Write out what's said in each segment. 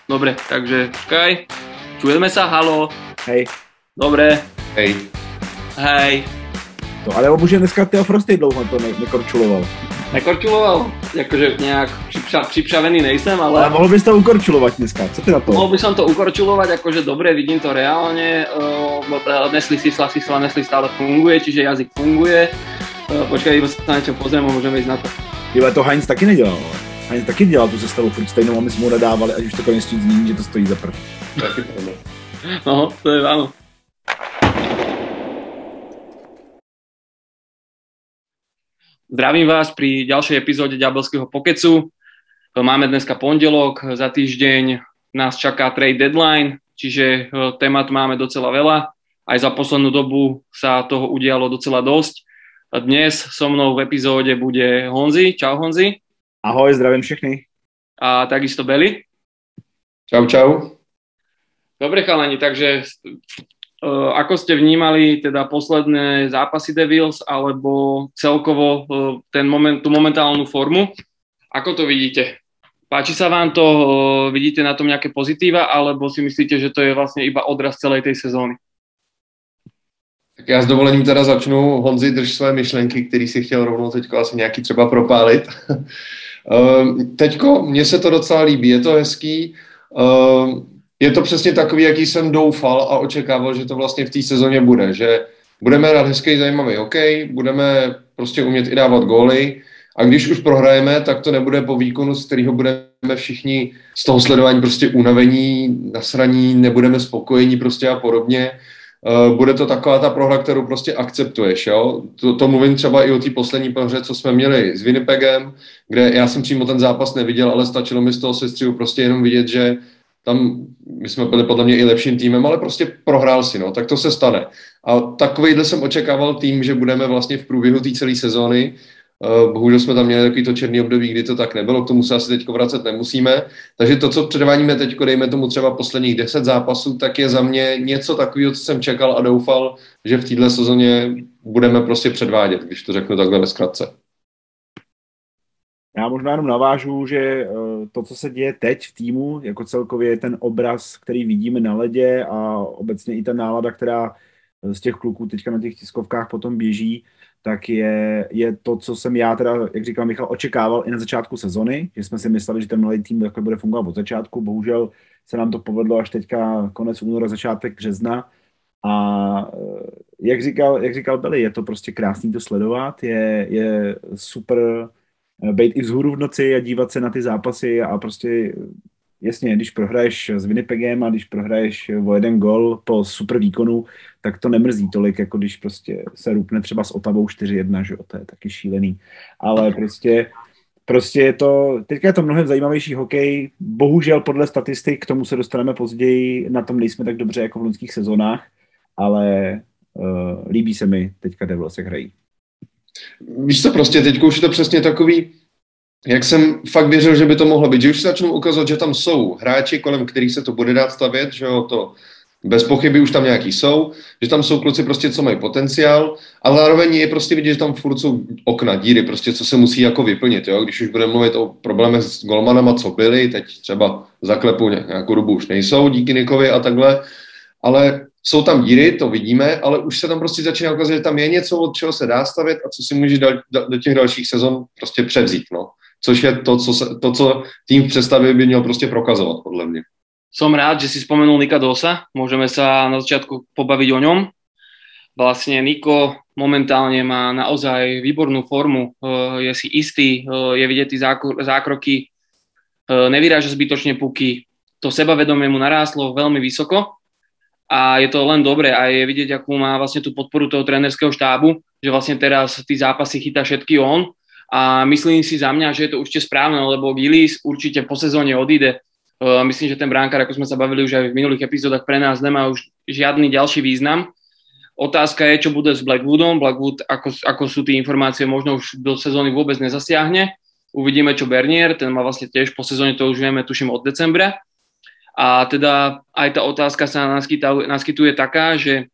Dobre, takže počkaj. Čujeme sa, halo. Hej. Dobre. Hej. Hej. No, ale bohužel dneska Theo Frosty dlouho to nekorčuloval. Nekorčuloval? Jakože nejak připřavený nejsem, ale... Ale mohl bys to ukorčulovat dneska, co ty na to? Mohl by som to ukorčulovať, akože dobre, vidím to reálne. Nesli stále funguje, čiže jazyk funguje. Počkaj, iba sa na niečo pozriem a môžeme ísť na to. Jo, to Heinz taky nedělal. Heinz taky dělal tu sestavu furt stejnou a my jsme mu nedávali, až už to konec tím zní, že to stojí za prd. No, to je áno. Zdravím vás pri ďalšej epizóde Ďabelského pokecu. Máme dneska pondelok, za týždeň nás čaká trade deadline, čiže témat máme docela veľa. Aj za poslednú dobu sa toho udialo docela dosť. Dnes so mnou v epizóde bude Honzi. Čau Honzi. Ahoj, zdravím všechny. A takisto Beli. Čau, čau. Dobre chalani, takže ako ste vnímali teda posledné zápasy Devils alebo celkovo tú momentálnu formu? Ako to vidíte? Páči sa vám to? Vidíte na tom nejaké pozitíva alebo si myslíte, že to je vlastne iba odraz celej tej sezóny? Tak já s dovolením teda začnu. Honzi, drž své myšlenky, který si chtěl rovnou teďko asi nějaký třeba propálit. Teďko mně se to docela líbí, je to hezký. Je to přesně takový, jaký jsem doufal a očekával, že to vlastně v té sezóně bude. Že budeme hrát hezký, zajímavý hokej, budeme prostě umět i dávat góly a když už prohrajeme, tak to nebude po výkonu, z kterého budeme všichni z toho sledování prostě unavení, nasraní, nebudeme spokojení prostě a podobně. Bude to taková ta prohra, kterou prostě akceptuješ, jo? To mluvím třeba i o té poslední prohře, co jsme měli s Winnipegem, kde já jsem přímo ten zápas neviděl, ale stačilo mi z toho sestřihu prostě jenom vidět, že tam my jsme byli podle mě i lepším týmem, ale prostě prohrál si, no, tak to se stane. A takovýhle jsem očekával tým, že budeme vlastně v průběhu té celé sezóny. Bohužel jsme tam měli takový to černý období, kdy to tak nebylo, k tomu se asi teď vracet nemusíme. Takže to, co předvádíme teď, dejme tomu třeba posledních 10 zápasů, tak je za mě něco takového, co jsem čekal a doufal, že v této sezóně budeme prostě předvádět, když to řeknu takhle ve zkratce. Já možná jenom navážu, že to, co se děje teď v týmu, jako celkově ten obraz, který vidíme na ledě a obecně i ta nálada, která z těch kluků teďka na těch tiskovkách potom běží, tak je to, co jsem já teda, jak říkal Michal, očekával i na začátku sezony, že jsme si mysleli, že ten mladý tým takhle bude fungovat od začátku. Bohužel se nám to povedlo až teďka konec února, začátek března. A jak říkal Beli, je to prostě krásný to sledovat, je super být i vzhůru v noci a dívat se na ty zápasy a prostě jasně, když prohraješ s Winnipegem a když prohraješ o jeden gol po super výkonu, tak to nemrzí tolik, jako když prostě se rupne třeba s Ottawou 4-1, že jo, to je taky šílený. Ale prostě je to, teďka je to mnohem zajímavější hokej, bohužel podle statistik, k tomu se dostaneme později, na tom nejsme tak dobře jako v loňských sezónách, ale líbí se mi teďka Devils, jak hrají. Víš co, prostě teďka už je to přesně takový, jak jsem fakt věřil, že by to mohlo být, že už se začnou ukazovat, že tam jsou hráči, kolem kterých se to bude dát stavět, že jo, to bez pochyby už tam nějaký jsou, že tam jsou kluci prostě, co mají potenciál, ale zároveň je prostě vidět, že tam furt jsou okna, díry, prostě, co se musí jako vyplnit, jo, když už budeme mluvit o problémech s golmanama, co byly, teď třeba zaklepu nějakou dobu už nejsou, díky Nikovi a takhle, ale jsou tam díry, to vidíme, ale už se tam prostě začíná ukazovat, že tam je něco, od čeho se dá stavět a co si může do těch dalších sezon prostě převzít, no. Což je to, co tým v představě by měl prostě prokazovat, podle mě. Som rád, že si spomenul Nika Dosa. Môžeme sa na začiatku pobaviť o ňom. Vlastne Niko momentálne má naozaj výbornú formu. Je si istý, je vidieť tí zákroky, nevyráža zbytočne puky. To sebavedomie mu narástlo veľmi vysoko a je to len dobre a je vidieť, akú má vlastne tú podporu toho trénerského štábu, že vlastne teraz tí zápasy chytá všetky on. A myslím si za mňa, že je to určite správne, lebo Gillies určite po sezóne odíde. Myslím, že ten bránkár, ako sme sa bavili už aj v minulých epizódach, pre nás nemá už žiadny ďalší význam. Otázka je, čo bude s Blackwoodom. Blackwood, ako sú tie informácie, možno už do sezóny vôbec nezasiahne. Uvidíme, čo Bernier, ten má vlastne tiež po sezóne, to už vieme, tuším, od decembra. A teda aj tá otázka sa naskytuje taká, že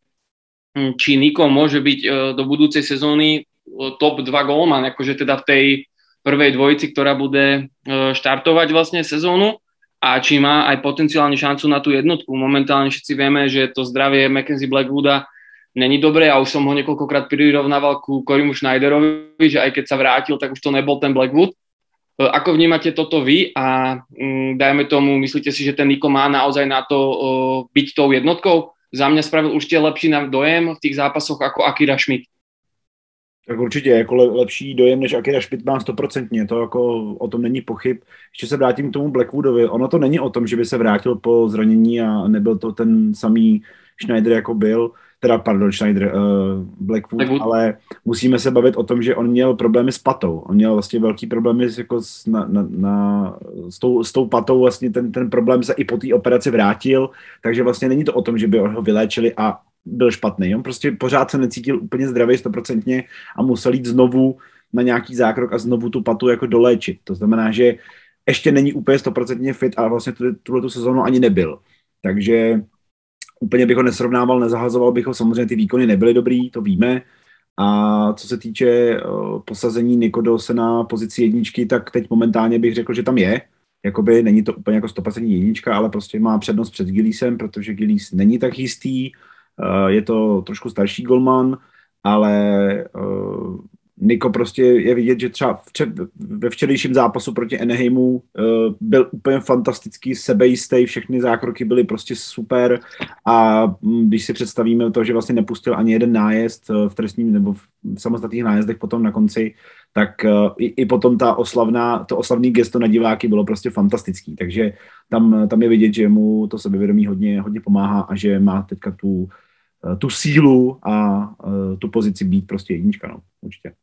či Niko môže byť do budúcej sezóny top 2 gólman, akože teda v tej prvej dvojici, ktorá bude štartovať vlastne sezónu. a či má aj potenciálne šancu na tú jednotku. Momentálne všetci vieme, že to zdravie Mackenzie Blackwooda není dobré a už som ho niekoľkokrát prirovnával ku Corimu Schneiderovi, že aj keď sa vrátil, tak už to nebol ten Blackwood. Ako vnímate toto vy a dajme tomu, myslíte si, že ten Nico má naozaj na to byť tou jednotkou? Za mňa spravil určite lepší dojem v tých zápasoch ako Akira Schmidt. Tak určitě, jako lepší dojem než Akira Schmidt má 100%, to jako o tom není pochyb. Ještě se vrátím k tomu Blackwoodovi, ono to není o tom, že by se vrátil po zranění a nebyl to ten samý Schneider, jako byl, Blackwood, ale musíme se bavit o tom, že on měl problémy s patou, on měl vlastně velký problémy jako s tou patou, vlastně ten problém se i po té operaci vrátil, takže vlastně není to o tom, že by ho vyléčili a byl špatný. On prostě pořád se necítil úplně zdravý 100% a musel jít znovu na nějaký zákrok a znovu tu patu jako doléčit. To znamená, že ještě není úplně 100% fit a vlastně tuhletu sezónu ani nebyl. Takže úplně bych ho nesrovnával, nezahazoval bych ho, samozřejmě ty výkony nebyly dobrý, to víme. A co se týče posazení Nikodose na pozici jedničky, tak teď momentálně bych řekl, že tam je. Jakoby není to úplně jako 100% jednička, ale prostě má přednost před Gilliesem, protože Gillies není tak jistý. Je to trošku starší golman, ale Nico prostě je vidět, že třeba ve včerejším zápasu proti Anaheimu byl úplně fantastický, sebejistý, všechny zákroky byly prostě super a když si představíme to, že vlastně nepustil ani jeden nájezd v trestním nebo v samostatných nájezdech potom na konci, tak i potom to oslavný gesto na diváky bylo prostě fantastický, takže tam je vidět, že mu to sebevědomí hodně pomáhá a že má teďka tu sílu a tu pozici být prostě jednička, no, určitě.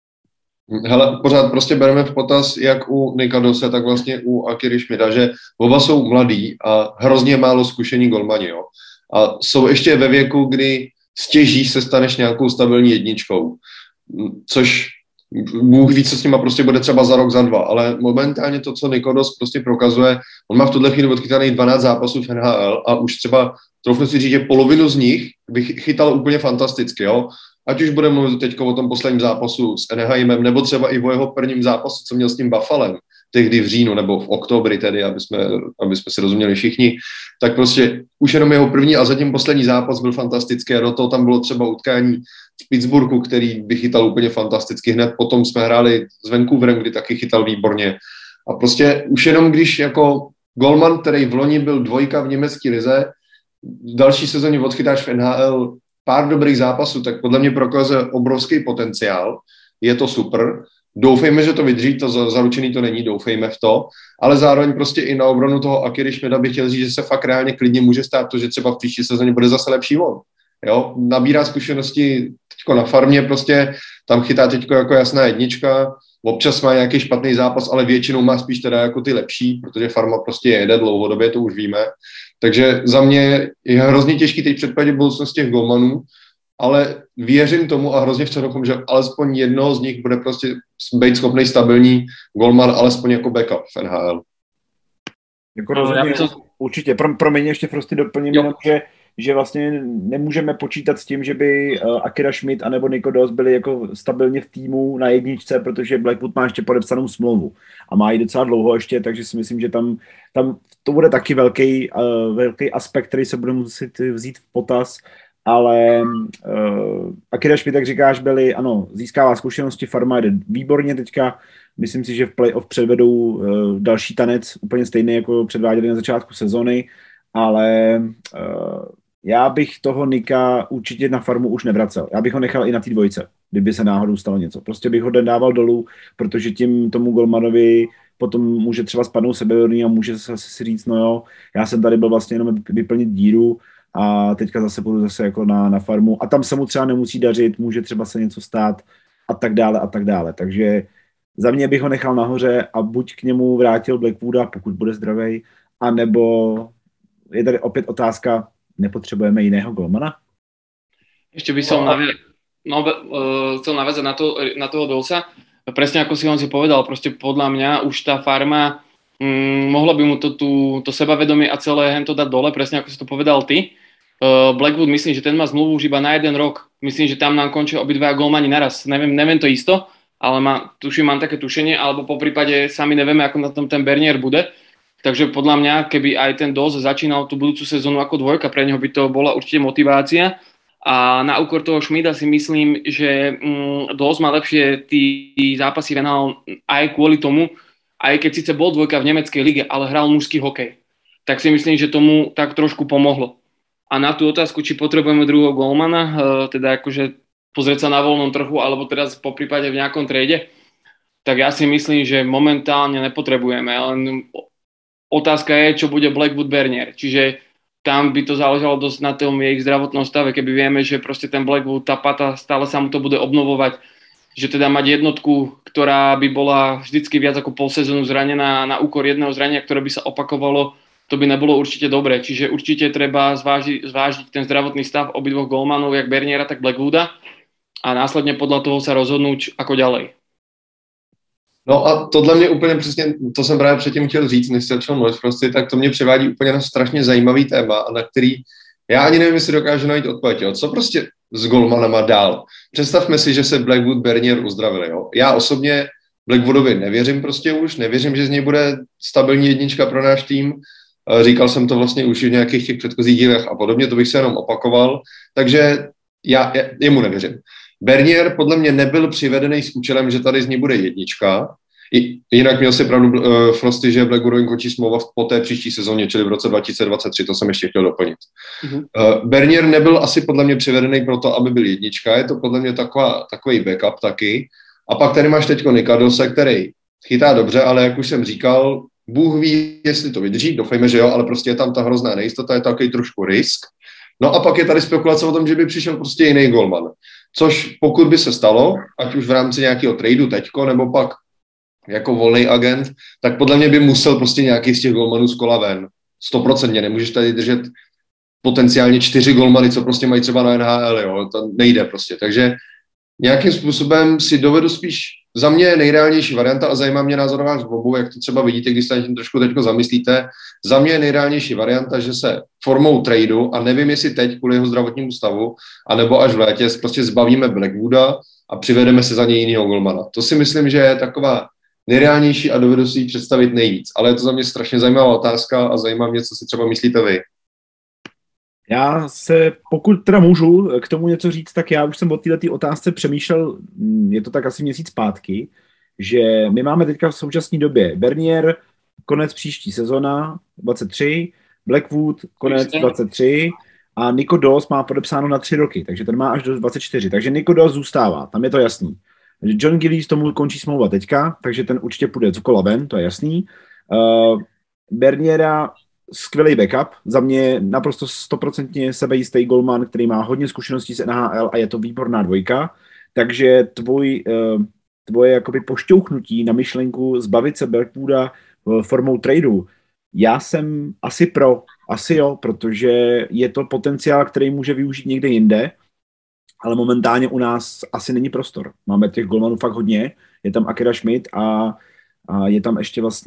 Hele, pořád prostě bereme v potaz jak u Nika Dose, tak vlastně u Akiry Schmida, že oba jsou mladí a hrozně málo zkušení golmani, jo. A jsou ještě ve věku, kdy stěží se staneš nějakou stabilní jedničkou, což Bůh ví, co s nima prostě bude třeba za rok, za dva, ale momentálně to, co Nikodos prostě prokazuje, on má v tuhle chvíli odchytaných 12 zápasů v NHL a už třeba, troufnu si říct, že polovinu z nich by chytal úplně fantasticky, jo. Ať už budeme mluvit teď o tom posledním zápasu s Anaheimem, nebo třeba i o jeho prvním zápasu, co měl s tím Buffalem, tehdy v říjnu nebo v oktobri tedy, aby jsme si rozuměli všichni, tak prostě už jenom jeho první a zatím poslední zápas byl fantastický a do toho tam bylo třeba utkání v Pittsburghu, který by chytal úplně fantasticky. Hned potom jsme hráli s Vancouverem, kdy taky chytal výborně. A prostě už jenom když jako golman, který v loni byl dvojka v německé lize, v další sezóně odchytáš v NHL pár dobrých zápasů, tak podle mě prokazuje obrovský potenciál. Je to super. Doufejme, že to vydrží, to zaručený to není, doufejme v to, ale zároveň prostě i na obranu toho Akiry Schmida bych chtěl říct, že se fakt reálně klidně může stát to, že třeba v příští sezóně bude zase lepší on. Jo, nabírá zkušenosti teďko na farmě, prostě tam chytá teďko jako jasná jednička, občas má nějaký špatný zápas, ale většinou má spíš teda jako ty lepší, protože farma prostě jede dlouhodobě, to už víme. Takže za mě je hrozně těžký teď předpovědět budoucnost těch golmanů, ale věřím tomu a hrozně v tom, že alespoň jednoho z nich bude prostě být schopný stabilní golman, alespoň jako backup v NHL. Jako rozhodně, určitě. Pro mě ještě prostě doplním jenom, že vlastně nemůžeme počítat s tím, že by Akira Schmidt anebo Nico Doss byli jako stabilně v týmu na jedničce, protože Blackwood má ještě podepsanou smlouvu a má ji docela dlouho ještě, takže si myslím, že tam to bude taky velký aspekt, který se bude muset vzít v potaz, ale Akira Schmidt, jak říkáš, získává zkušenosti, farma jde výborně teďka, myslím si, že v playoff předvedou další tanec, úplně stejný, jako předváděli na začátku sezony, ale já bych toho Nika určitě na farmu už nevracel. Já bych ho nechal i na té dvojce, kdyby se náhodou stalo něco. Prostě bych ho dával dolů, protože tím tomu golmanovi potom může třeba spadnout sebevědomí a může si říct, no jo, já jsem tady byl vlastně jenom vyplnit díru a teďka zase půjdu zase jako na farmu a tam se mu třeba nemusí dařit, může třeba se něco stát a tak dále. Takže za mě bych ho nechal nahoře a buď k němu vrátil Blackwooda, pokud bude zdravej, anebo je tady opět otázka, nepotřebujeme jiného golmana? Ešte by som chcel naviazať na toho Dosa. Presne ako si on si povedal, proste podľa mňa už tá farma mohla by mu to sebavedomie a celé hento dať dole, presne ako si to povedal ty. Blackwood myslím, že ten má zmluvu už iba na 1 rok. Myslím, že tam nám končia obidvaja golmani naraz. Neviem to isto, ale mám také tušenie, alebo po prípade sami nevieme, ako na tom ten Bernier bude. Takže podľa mňa, keby aj ten Doss začínal tú budúcu sezónu ako dvojka, pre neho by to bola určite motivácia. A na úkor toho Schmida si myslím, že Doss má lepšie tí zápasy venal aj kvôli tomu, aj keď síce bol dvojka v nemeckej lige, ale hral mužský hokej. Tak si myslím, že tomu tak trošku pomohlo. A na tú otázku, či potrebujeme druhého golmana, teda akože pozrieť sa na voľnom trhu, alebo teraz po prípade v nejakom trade, tak ja si myslím, že momentálne nepotrebujeme. Len otázka je, čo bude Blackwood Bernier. Čiže tam by to záležalo dosť na tom ich zdravotnom stave, keby vieme, že proste ten Blackwood, tá pata, stále sa mu to bude obnovovať, že teda mať jednotku, ktorá by bola vždycky viac ako pol sezónu zranená na úkor jedného zranenia, ktoré by sa opakovalo, to by nebolo určite dobré. Čiže určite treba zvážiť ten zdravotný stav obidvoch golmanov, jak Berniera, tak Blackwooda a následne podľa toho sa rozhodnúť ako ďalej. No a tohle mě úplně přesně, to jsem právě předtím chtěl říct, než se začal mluvit prostě, tak to mě přivádí úplně na strašně zajímavý téma, a na který já ani nevím, jestli dokážu najít odpověď. Jo. Co prostě s golmanama dál? Představme si, že se Blackwood Bernier uzdravili. Jo. Já osobně Blackwoodovi nevěřím prostě už, nevěřím, že z něj bude stabilní jednička pro náš tým. Říkal jsem to vlastně už v nějakých těch předchozích dílech a podobně, to bych se jenom opakoval, takže já jemu nevěřím. Bernier podle mě nebyl přivedený s účelem, že tady z ní bude jednička. Jinak měl si pravdu Frosty, že Blackwoodovi končí smlouva po té příští sezóně, čili v roce 2023, to jsem ještě chtěl doplnit. Bernier nebyl asi podle mě přivedený proto, aby byl jednička, je to podle mě takový backup taky. A pak tady máš teďko Nicka Dosse, který chytá dobře, ale jak už jsem říkal, Bůh ví, jestli to vydrží, doufejme, že jo, ale prostě je tam ta hrozná nejistota, je to takový trošku risk. No a pak je tady spekulace o tom, že by přišel prostě jiný golman. Což pokud by se stalo, ať už v rámci nějakého tradu teďko, nebo pak jako volný agent, tak podle mě by musel prostě nějaký z těch golmanů z kola ven. 100%, nemůžeš tady držet potenciálně 4 golmany, co prostě mají třeba na NHL, jo, to nejde prostě. Takže nějakým způsobem si dovedu spíš, za mě nejreálnější varianta, a zajímá mě názor váš obu, jak to třeba vidíte, když se na tím trošku teďko zamyslíte, za mě je nejreálnější varianta, že se formou tradu, a nevím, jestli teď kvůli jeho zdravotnímu stavu, anebo až v létě prostě zbavíme Blackwooda a přivedeme se za něj jinýho golmana. To si myslím, že je taková nejreálnější a dovedu si ji představit nejvíc. Ale je to za mě strašně zajímavá otázka a zajímá mě, co si třeba myslíte vy. Já se, pokud teda můžu k tomu něco říct, tak já už jsem o této otázce přemýšlel, je to tak asi měsíc zpátky, že my máme teďka v současné době Bernier, konec příští sezona 23, Blackwood, konec 23 a Nicka Dosse má podepsáno na 3 roky, takže ten má až do 24, takže Nicka Dosse zůstává, tam je to jasný. John Gillies tomu končí smlouva teďka, takže ten určitě půjde z kola ven, to je jasný. Berniera skvělý backup, za mě naprosto 100% sebejistý golman, který má hodně zkušeností z NHL a je to výborná dvojka, takže tvoje jakoby pošťouchnutí na myšlenku zbavit se Blackwooda formou tradu, já jsem asi jo, protože je to potenciál, který může využít někde jinde, ale momentálně u nás asi není prostor. Máme těch golmanů fakt hodně, je tam Akira Schmid a je tam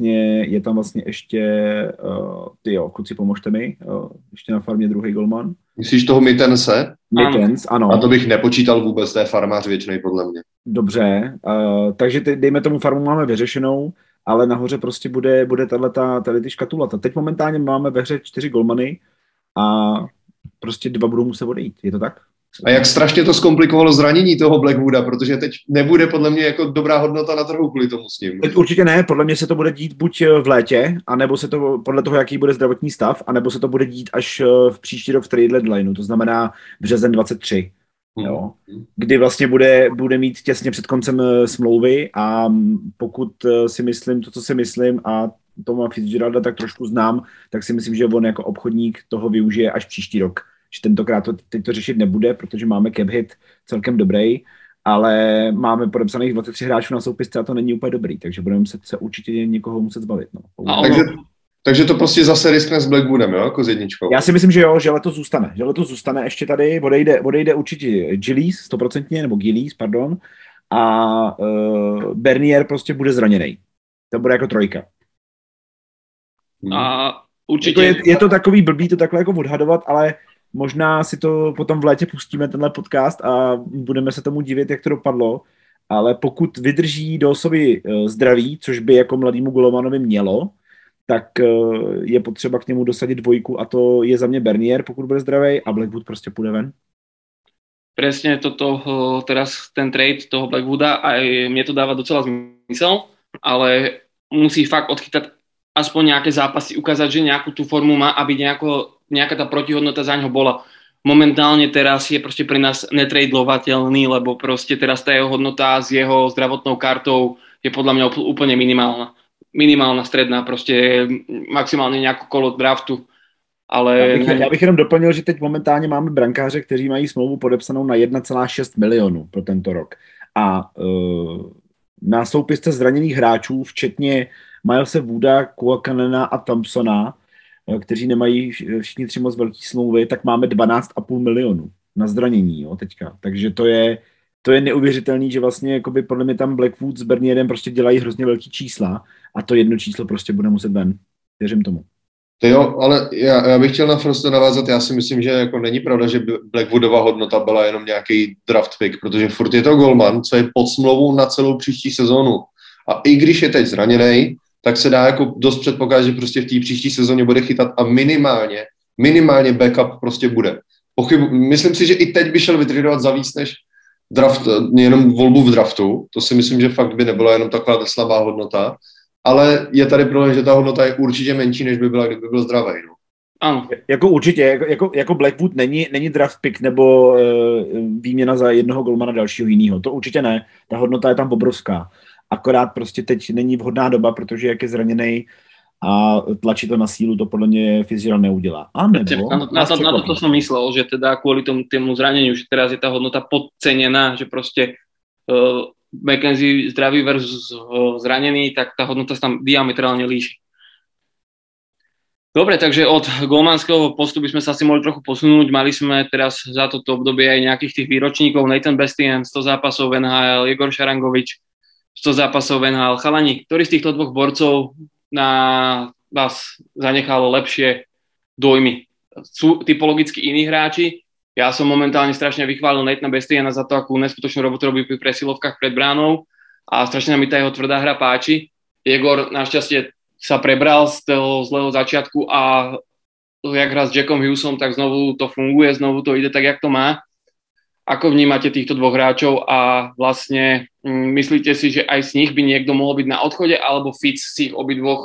ještě kluci, pomožte mi, ještě na farmě druhý golman. Myslíš toho Mittense? Mittens, ano. A to bych nepočítal vůbec, to je farmář věčnej podle mě. Dobře, takže dejme tomu farmu máme vyřešenou, ale nahoře prostě bude tady ty škatulata. Teď momentálně máme ve hře 4 golmany a prostě 2 budou muset odejít, je to tak? A jak strašně to zkomplikovalo zranění toho Blackwooda, protože teď nebude podle mě jako dobrá hodnota na trhu kvůli tomu s ním. Teď určitě ne, podle mě se to bude dít buď v létě, anebo se to podle toho, jaký bude zdravotní stav, anebo se to bude dít až v příští rok v trade deadlineu, to znamená březen 23. Jo. Kdy vlastně bude mít těsně před koncem smlouvy a pokud si myslím to, co si myslím a Toma Fitzgeralda tak trošku znám, tak si myslím, že on jako obchodník toho využije až příští rok. Že tentokrát teď to řešit nebude, protože máme cap hit celkem dobrý, ale máme podepsaných 23 hráčů na soupisce a to není úplně dobrý, takže budeme se určitě někoho muset zbavit. No. Takže to prostě zase riskne s Blackwoodem, jo, jako s jedničkou. Já si myslím, že jo, že letos zůstane ještě tady, odejde určitě Gillies, 100%, nebo Gillies, pardon, a Bernier prostě bude zraněný. To bude jako trojka. A určitě... Je to takový blbý to takhle jako odhadovat, ale možná si to potom v létě pustíme, tenhle podcast, a budeme se tomu divit, jak to dopadlo, ale pokud vydrží Dossovi zdraví, což by jako mladýmu golmanovi mělo, tak je potřeba k němu dosadit dvojku a to je za mě Bernier, pokud bude zdravý, a Blackwood prostě půjde ven. Presne toto, teraz ten trade toho Blackwooda, aj mne to dáva docela zmysel, ale musí fakt odchytať aspoň nejaké zápasy, ukázať, že nejakú tú formu má, aby nejaká tá protihodnota za ňo bola. Momentálne teraz je proste pre nás netradelovateľný, lebo proste teraz tá jeho hodnota s jeho zdravotnou kartou je podľa mňa úplne minimálna. Minimálna, stredná, proste maximálne nejakú kolo draftu. Ale já bych jenom doplnil, že teď momentálně máme brankáře, kteří mají smlouvu podepsanou na 1,6 milionu pro tento rok. A na soupisce zraněných hráčů, včetně Milese Wooda, Kuakanena a Thompsona, kteří nemají všichni 3 moc velký smlouvy, tak máme 12,5 milionu na zranění, jo, teďka. Takže to je neuvěřitelný, že vlastně jakoby podle mě tam Blackwood s Bernierem prostě dělají hrozně velký čísla a to jedno číslo prostě bude muset ven. Věřím tomu. To jo, ale já bych chtěl na Frosta navázat, já si myslím, že jako není pravda, že Blackwoodova hodnota byla jenom nějaký draft pick, protože furt je to golman, co je pod smlouvou na celou příští sezónu. A i když je teď zraněný, tak se dá jako dost předpokládat, že prostě v té příští sezóně bude chytat a minimálně backup prostě bude. Myslím si, že i teď by šel vytradovat za víc než draft, jenom volbu v draftu, to si myslím, že fakt by nebyla jenom taková slabá hodnota. Ale je tady problém, že ta hodnota je určitě menší, než by byla, kdyby byl zdravý. No. Ano. Jako určitě, jako Blackwood není draft pick nebo výměna za jednoho golmana dalšího jinýho. To určitě ne. Ta hodnota je tam obrovská. Akorát prostě teď není vhodná doba, protože jak je zraněnej a tlačí to na sílu, to podle mě Fitzgerald neudělá. A nebo... Na to som myslel, že teda kvôli tomu zraneniu, že teraz je tá hodnota podcenená, že proste McKenzie zdravý versus zranený, tak tá hodnota sa tam diametrálne líši. Dobre, takže od golmanského postu by sme sa asi mohli trochu posunúť. Mali sme teraz za toto obdobie aj nejakých tých výročníkov. Nathan Bastian, 100 zápasov v NHL, Igor Šarangovič, 100 zápasov v NHL. Chalani, ktorý z týchto dvoch borcov na vás zanechal lepšie dojmy? Sú typologicky iní hráči? Ja som momentálne strašne vychválil Nathana Bastiana za to, akú neskutočnú robotu robí pri presilovkách pred bránou a strašne mi tá jeho tvrdá hra páči. Igor našťastie sa prebral z toho zlého začiatku a jak hrá s Jackom Hughesom, tak znovu to funguje, znovu to ide tak, jak to má. Ako vnímate týchto dvoch hráčov a vlastne myslíte si, že aj z nich by niekto mohol byť na odchode, alebo Fitz si ich obidvoch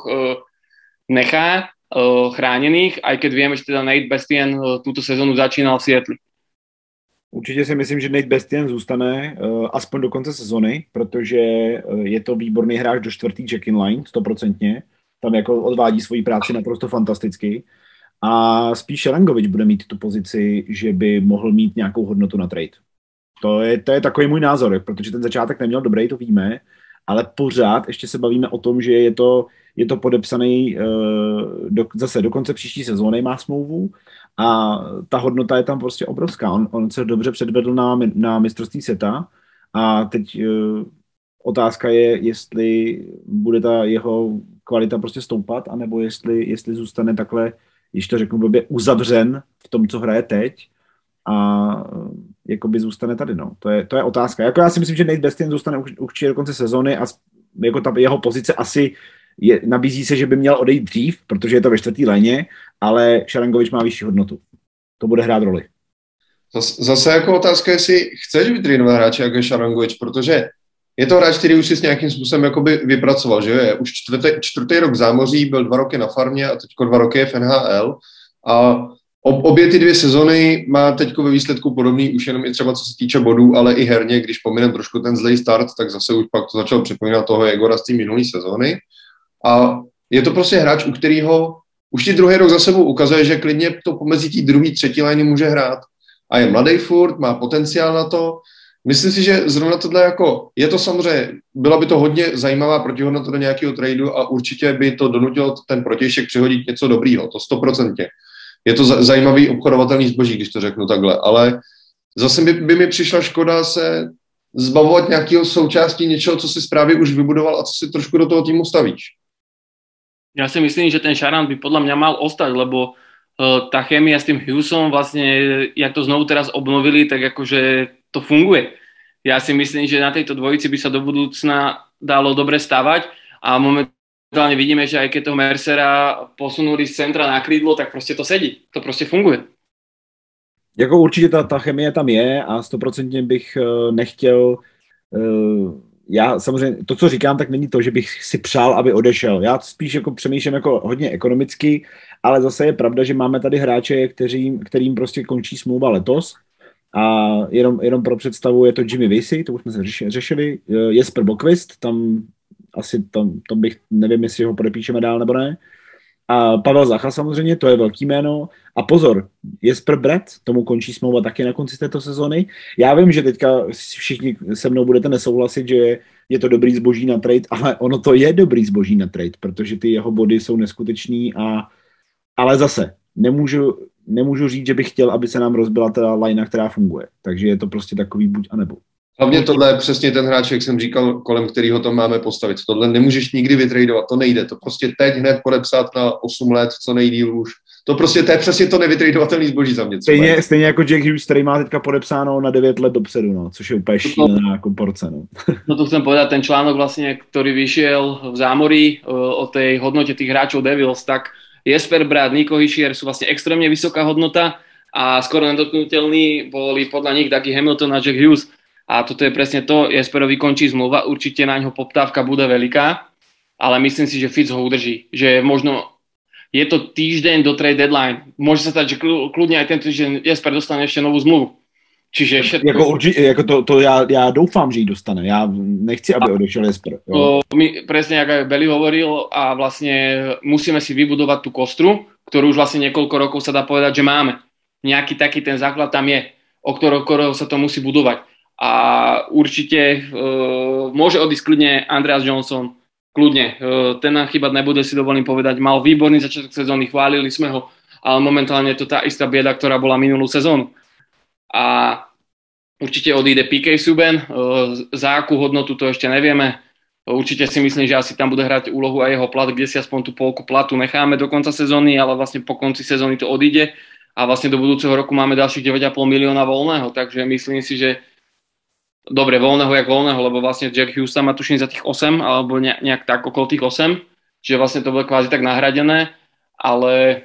nechá chránených, aj keď vieme, že teda Nate Bastian túto sezónu začínal v Seattle? Určitě si myslím, že Nate Bastian zůstane aspoň do konce sezony, protože je to výborný hráč do 4. check-in line, 100%. Tam jako odvádí svoji práci naprosto fantasticky. A spíš Šarangovič bude mít tu pozici, že by mohl mít nějakou hodnotu na trade. To je takový můj názor, protože ten začátek neměl dobrý, to víme, ale pořád ještě se bavíme o tom, že je to podepsaný zase do konce příští sezóny má smlouvu a ta hodnota je tam prostě obrovská. On se dobře předvedl na mistrovství světa a teď otázka je, jestli bude ta jeho kvalita prostě stoupat, anebo jestli zůstane takhle, když to řeknu blbě, uzavřen v tom, co hraje teď a jakoby zůstane tady, no. To je otázka. Jako já si myslím, že Nate Bastian zůstane určitě do konce sezóny a jako ta jeho pozice asi nabízí se, že by měl odejít dřív, protože je to ve 4. léně, ale Šarangovič má vyšší hodnotu. To bude hrát roli. Zase jako otázka, jestli chceš vytrénovat hráče jako Šarangovič, protože je to hráč, který už si s nějakým způsobem jakoby vypracoval, že je už čtvrtý rok v zámoří, byl 2 roky na farmě a teďko 2 roky je v NHL a obě ty 2 sezony má teďko ve výsledku podobný, už jenom i třeba co se týče bodů, ale i herně, když pominem trošku ten zlej start, tak zase už pak to začal připomínat toho Jegora z té minulé sezóny. A je to prostě hráč, u kterého už ti 2. rok za sebou ukazuje, že klidně to pomezí té 2., 3. liny může hrát. A je mladý furt, má potenciál na to. Myslím si, že zrovna tohle jako, je to samozřejmě, byla by to hodně zajímavá protihodnota do nějakého tradu a určitě by to donutilo ten protějšek přihodit něco dobrýho, to 100%. Je to zajímavý obchodovatelný zboží, když to řeknu takhle, ale zase by mi přišla škoda se zbavovat nějakého součástí něčeho, co si správně už vybudoval a co si trošku do toho týmu stavíš. Ja si myslím, že ten Šaran by podľa mňa mal ostať, lebo tá chémia s tým Hughesom vlastne, jak to znovu teraz obnovili, tak akože to funguje. Ja si myslím, že na tejto dvojici by sa do budúcna dalo dobre stavať a momentálne momentálne vidíme, že aj keď toho Mercera posunuli z centra na krídlo, tak prostě to sedí. To prostě funguje. Jako určitě ta chemie tam je a 100% bych nechtěl, já samozřejmě, to, co říkám, tak není to, že bych si přál, aby odešel. Já spíš jako přemýšlím jako hodně ekonomicky, ale zase je pravda, že máme tady hráče, kterým prostě končí smlouva letos a jenom pro představu je to Jimmy Vesey, to už jsme se řešili, Jesper Boqvist, tam asi to bych, nevím, jestli ho podepíšeme dál nebo ne. A Pavel Zacha samozřejmě, to je velký jméno. A pozor, Jesper Bratt, tomu končí smlouva taky na konci této sezony. Já vím, že teďka všichni se mnou budete nesouhlasit, že je to dobrý zboží na trade, ale ono to je dobrý zboží na trade, protože ty jeho body jsou neskutečný ale zase, nemůžu říct, že bych chtěl, aby se nám rozbila ta linea, která funguje. Takže je to prostě takový buď a nebo. Hlavně tohle je přesně ten hráč, jak jsem říkal, kolem kterého to máme postavit. Tohle nemůžeš nikdy vytradovat, to nejde. To prostě teď hned podepsat na 8 let, co nejdýl už. To je přesně to nevytradovatelný zboží za mě. Stejně jako Jack Hughes, který má teďka podepsáno na 9 let dopředu, no, což je úplně šílená jako porce. No to chcem povedať, ten článok vlastne, ktorý vyšiel v Zámorí o tej hodnote tých hráčov Devils, tak Jesper Bratt, Nico Hischier sú vlastne extrémne vysoká hodnota a skoro nedotknutelní boli podľa nich Dougie Hamilton a Jack Hughes. A toto je presne to, Jesperovi končí zmluva, určite na ňo poptávka bude veľká, ale myslím si, že Fitz ho udrží. Že možno je to týždeň do trade deadline. Môže sa stať, že kľudne aj tento týždeň Jesper dostane ešte novú zmluvu. Čiže všetko... Jako to já doufám, že ji dostane. Já nechci, aby odešel Jesper. Presne, jak aj Belly hovoril, a vlastne musíme si vybudovať tú kostru, ktorú už vlastne niekoľko rokov sa dá povedať, že máme. Nejaký taký ten základ tam je, o ktorého sa to musí budovať. A určite môže odísť kľudne Andreas Johnson, kľudne. Ten nám chýbať nebude, si dovolím povedať. Mal výborný začiatok sezóny, chválili sme ho, ale momentálne je to tá istá bieda, ktorá bola minulú sezónu. A určite odíde PK Subban, za akú hodnotu to ešte nevieme. Určite si myslím, že asi tam bude hrať úlohu aj jeho plat, kde si aspoň tú polku platu necháme do konca sezóny, ale vlastne po konci sezóny to odíde a vlastne do budúceho roku máme ďalších 9,5 milióna voľného, takže myslím si, že dobre, voľného jak voľného, lebo vlastne Jack Hughes tam má tuším za tých 8, alebo nejak tak okolo tých 8, čiže vlastne to bude kvázi tak nahradené, ale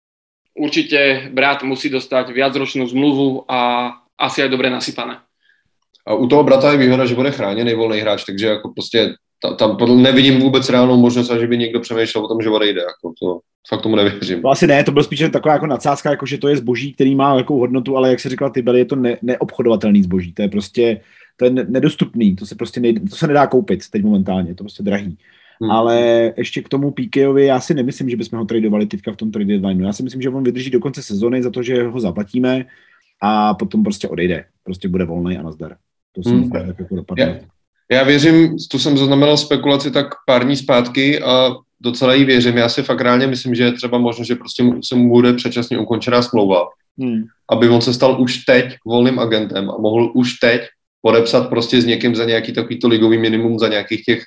určite Bratt musí dostať viacročnú zmluvu a asi aj dobre nasypané. A u toho Bratta je výhoda, že bude chráněný volný hráč, takže jako prostě tam nevidím vůbec reálnou možnost, že by někdo přemýšlel o tom, že odejde. Jako to, fakt tomu nevěřím. To asi ne, to byl spíš taková jako nadsázka, jako že to je zboží, který má velkou hodnotu, ale jak se říkala ty Belly, je to neobchodovatelný zboží. To je prostě to je nedostupný, to se nedá koupit teď momentálně, to prostě drahý. Ale ještě k tomu PKovi, já si nemyslím, že bychom ho tradovali teďka v tom trade deadline. Já si myslím, že on vydrží do konce sezony za to, že ho zaplatíme a potom prostě odejde. Prostě bude volný a nazdar. To si myslím, jako dopadne. Já věřím, tu jsem zaznamenal spekulaci tak pár dní zpátky a docela jí věřím. Já si fakt reálně myslím, že je třeba možno, že prostě se mu bude předčasně ukončená smlouva, aby on se stal už teď volným agentem a mohl už teď podepsat prostě s někým za nějaký takovýto ligový minimum za nějakých těch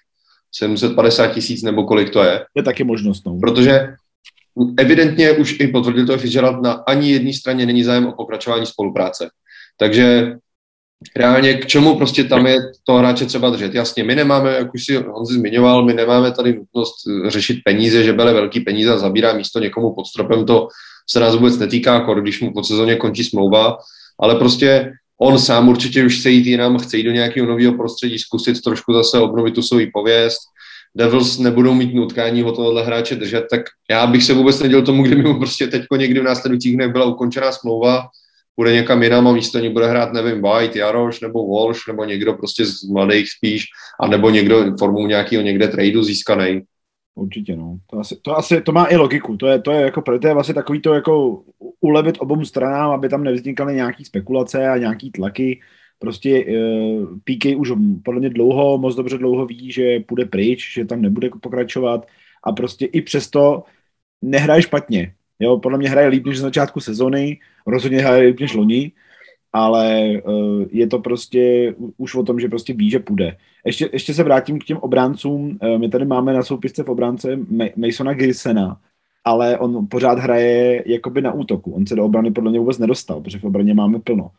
750 000 nebo kolik to je. Je taky možnost. No. Protože evidentně už i potvrdil to Fitzgerald, na ani jedné straně není zájem o pokračování spolupráce. Takže reálně k čemu prostě tam je toho hráče třeba držet. Jasně, my nemáme, jak už si Honzi zmiňoval, my nemáme tady nutnost řešit peníze, že byly velký peníze a zabírá místo někomu pod stropem, to se nás vůbec netýká, když mu pod sezóně končí smlouva, ale prostě on sám určitě už chce jít jinam, chce jít do nějakého nového prostředí, zkusit trošku zase obnovit tu svou pověst. Devils nebudou mít nutkání o tohohle hráče držet, tak já bych se vůbec nedělal tomu, kdyby mu prostě teďko někdy v následujících dnech byla ukončená smlouva, bude někam jinam a místo ní bude hrát, nevím, White, Jaroš nebo Walsh, nebo někdo prostě z mladých spíš, a nebo někdo formou nějakého někde tradu získanej. Určitě, no. To má i logiku. To je vlastně takový to jako ulevit obou stranám, aby tam nevznikaly nějaký spekulace a nějaký tlaky. Prostě PK už podle mě moc dobře dlouho ví, že půjde pryč, že tam nebude pokračovat a prostě i přesto nehraje špatně. Jo, podle mě hraje líp než na začátku sezony, rozhodně hraje líp než loni, ale je to prostě už o tom, že prostě ví, že půjde. Ještě se vrátím k těm obráncům. My tady máme na soupisce v obránce Masona Grisena, ale on pořád hraje jakoby na útoku. On se do obrany podle mě vůbec nedostal, protože v obraně máme plno.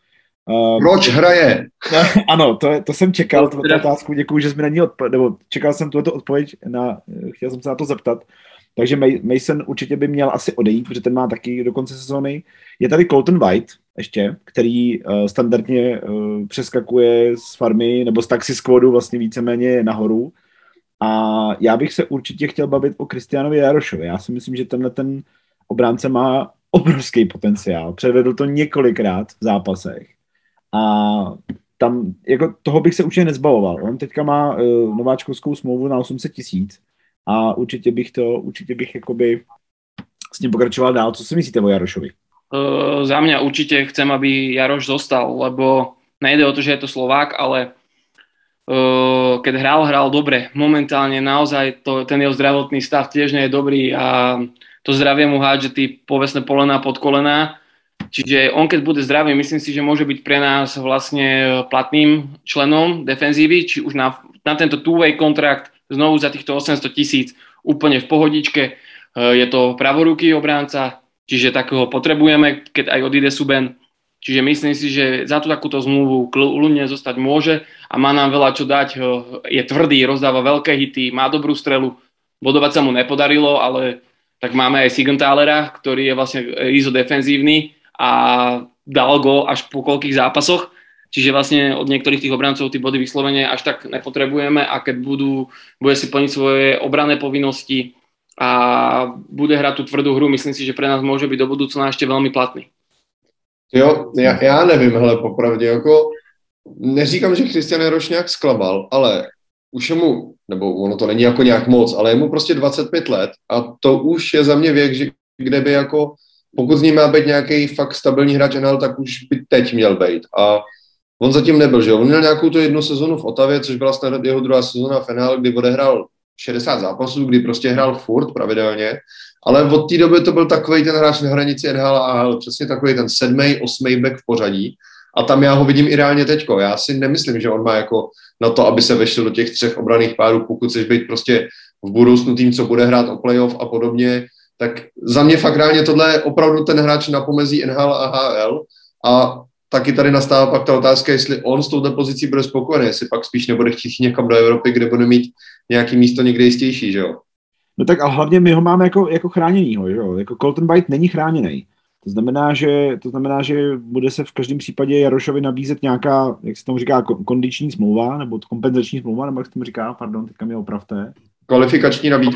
Proč hraje? Ano, to jsem čekal, tu otázku, děkuju, že jsi mi na ní nebo čekal jsem tuto odpověď, chtěl jsem se na to zeptat. Takže Mason určitě by měl asi odejít, protože ten má taky do konce sezóny. Je tady Colton White ještě, který standardně přeskakuje z farmy nebo z taxi squadu vlastně víceméně nahoru. A já bych se určitě chtěl bavit o Kristianovi Jarošovi. Já si myslím, že tenhle ten obránce má obrovský potenciál. Předvedl to několikrát v zápasech. A tam, jako toho bych se určitě nezbavoval. On teďka má nováčkovskou smlouvu na 800 000 a určitě bych jakoby s ním pokračoval dál. Co si myslíte o Jarošovi? Za mňa určite chcem, aby Jaroš zostal, lebo nejde o to, že je to Slovák, ale keď hral dobre. Momentálne naozaj ten jeho zdravotný stav tiež nie je dobrý a to zdravie mu hádže tí povestné polená pod kolená. Čiže on, keď bude zdravý, myslím si, že môže byť pre nás vlastne platným členom defenzívy, či už na tento two-way kontrakt znovu za týchto 800 000 úplne v pohodičke. Je to pravoruký obránca, čiže takého potrebujeme, keď aj odíde Suben. Čiže myslím si, že za tú takúto zmluvu kľudne zostať môže a má nám veľa čo dať. Je tvrdý, rozdáva veľké hity, má dobrú strelu. Bodovať sa mu nepodarilo, ale tak máme aj Sigenthalera, ktorý je vlastne izodefenzívny a dal gól až po koľkých zápasoch. Čiže vlastne od niektorých tých obrancov tí body vyslovene až tak nepotrebujeme a keď bude si plniť svoje obranné povinnosti a bude hrať tú tvrdú hru, myslím si, že pre nás môže byť do budúcna ešte veľmi platný. Jo, já nevím, hele, popravdě, jako neříkám, že Kristian Jaroš nějak zklamal, ale už je mu, nebo ono to není jako nějak moc, ale je mu prostě 25 let a to už je za mě věk, že kde by jako, pokud z ní má být nějaký fakt stabilní hráč NHL, tak už by teď měl být a on zatím nebyl, že on měl nějakou tu jednu sezonu v Otavě, což byla snad jeho druhá sezona v NHL, kdy odehrál 60 zápasů, kdy prostě hrál furt pravidelně, ale od té doby to byl takovej ten hráč na hranici NHL a AHL, přesně takový ten 7., 8. back v pořadí a tam já ho vidím ideálně teďko. Já si nemyslím, že on má jako na to, aby se vešel do těch 3 obranných párů, pokud chceš být prostě v budoucnu tým, co bude hrát o playoff a podobně, tak za mě fakt reálně tohle je opravdu ten hráč na pomezí NHL a HL a taky tady nastává pak ta otázka, jestli on s touto pozicí bude spokojený, jestli pak spíš nebude chtít někam do Evropy, kde bude mít nějaký místo někde jistější, že jo? No tak a hlavně my ho máme jako chráněnýho, jo? Jako Colton White není chráněný. To znamená, že bude se v každém případě Jarošovi nabízet nějaká, jak se tomu říká, kondiční smlouva, nebo kompenzační smlouva, nebo jak se tomu říká, pardon, teďka mě opravte. Kvalifikační nabídka.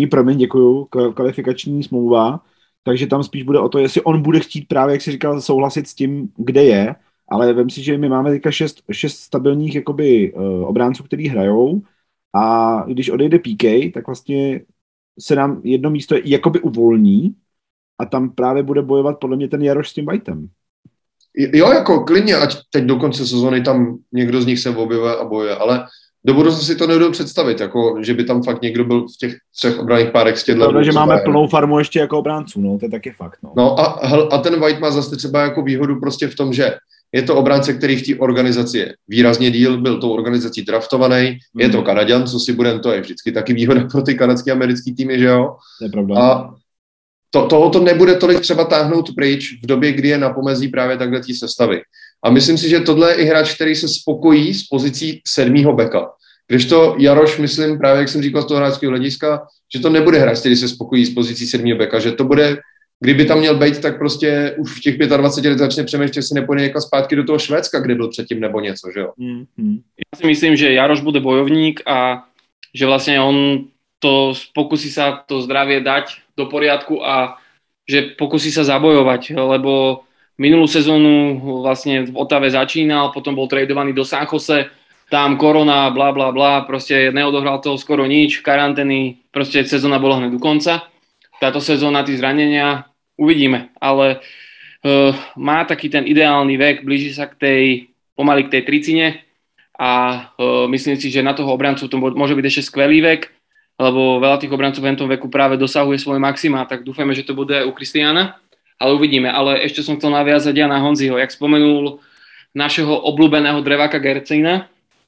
Kvalifikační smlouva. Takže tam spíš bude o to, jestli on bude chtít právě, jak jsi říkal, souhlasit s tím, kde je, ale vem si, že my máme teďka 6 stabilních jakoby obránců, který hrajou a když odejde PK, tak vlastně se nám jedno místo jakoby uvolní a tam právě bude bojovat podle mě ten Jaroš s tím Whiteem. Jo, jako klidně, ať teď do konce sezóny tam někdo z nich se objevuje a bojuje, ale do budoucna si to nebudu představit, jako, že by tam fakt někdo byl v těch 3 obranných párech z těchto. Protože máme plnou farmu ještě jako obránců, no, to je taky fakt. No a ten White má zase třeba jako výhodu prostě v tom, že je to obránce, který v té organizaci je výrazně díl, byl tou organizací draftovaný, je to Kanaďan, co si budem, to je vždycky taky výhoda pro ty kanadský americký týmy, že jo? To je pravda. A tohoto nebude tolik třeba táhnout pryč v době, kdy je na pomezí právě takhle té sestavy. A myslím si, že tohle je i hráč, který se spokojí s pozicí 7. beka. Když to Jaroš, myslím, právě jak jsem říkal z toho hráčského hlediska, že to nebude hráč, který se spokojí s pozicí 7. beka, že to bude, kdyby tam měl být, tak prostě už v těch 25 let začne přemýšlet, že si nepojde někam zpátky do toho Švédska, kde byl předtím nebo něco, že jo? Ja si myslím, že Jaroš bude bojovník a že vlastne on to pokusí sa to zdravie dať do poriadku a že pokusí sa zabojovať, lebo minulú sezónu vlastne v Otave začínal, potom bol tradovaný do San Jose, tam korona, bla bla bla, proste neodohral toho skoro nič, karantény, proste sezóna bola hneď u konca. Táto sezóna, tí zranenia, uvidíme, ale má taký ten ideálny vek, blíži sa pomaly k tej 30 a myslím si, že na toho obrancu to môže byť ešte skvelý vek, lebo veľa tých obrancov v tom veku práve dosahuje svoje maxima, tak dúfajme, že to bude u Kristiána, ale uvidíme. Ale ešte som chcel naviazať ja na Honziho, jak spomenul našeho obľúbeného dreváka Gercina.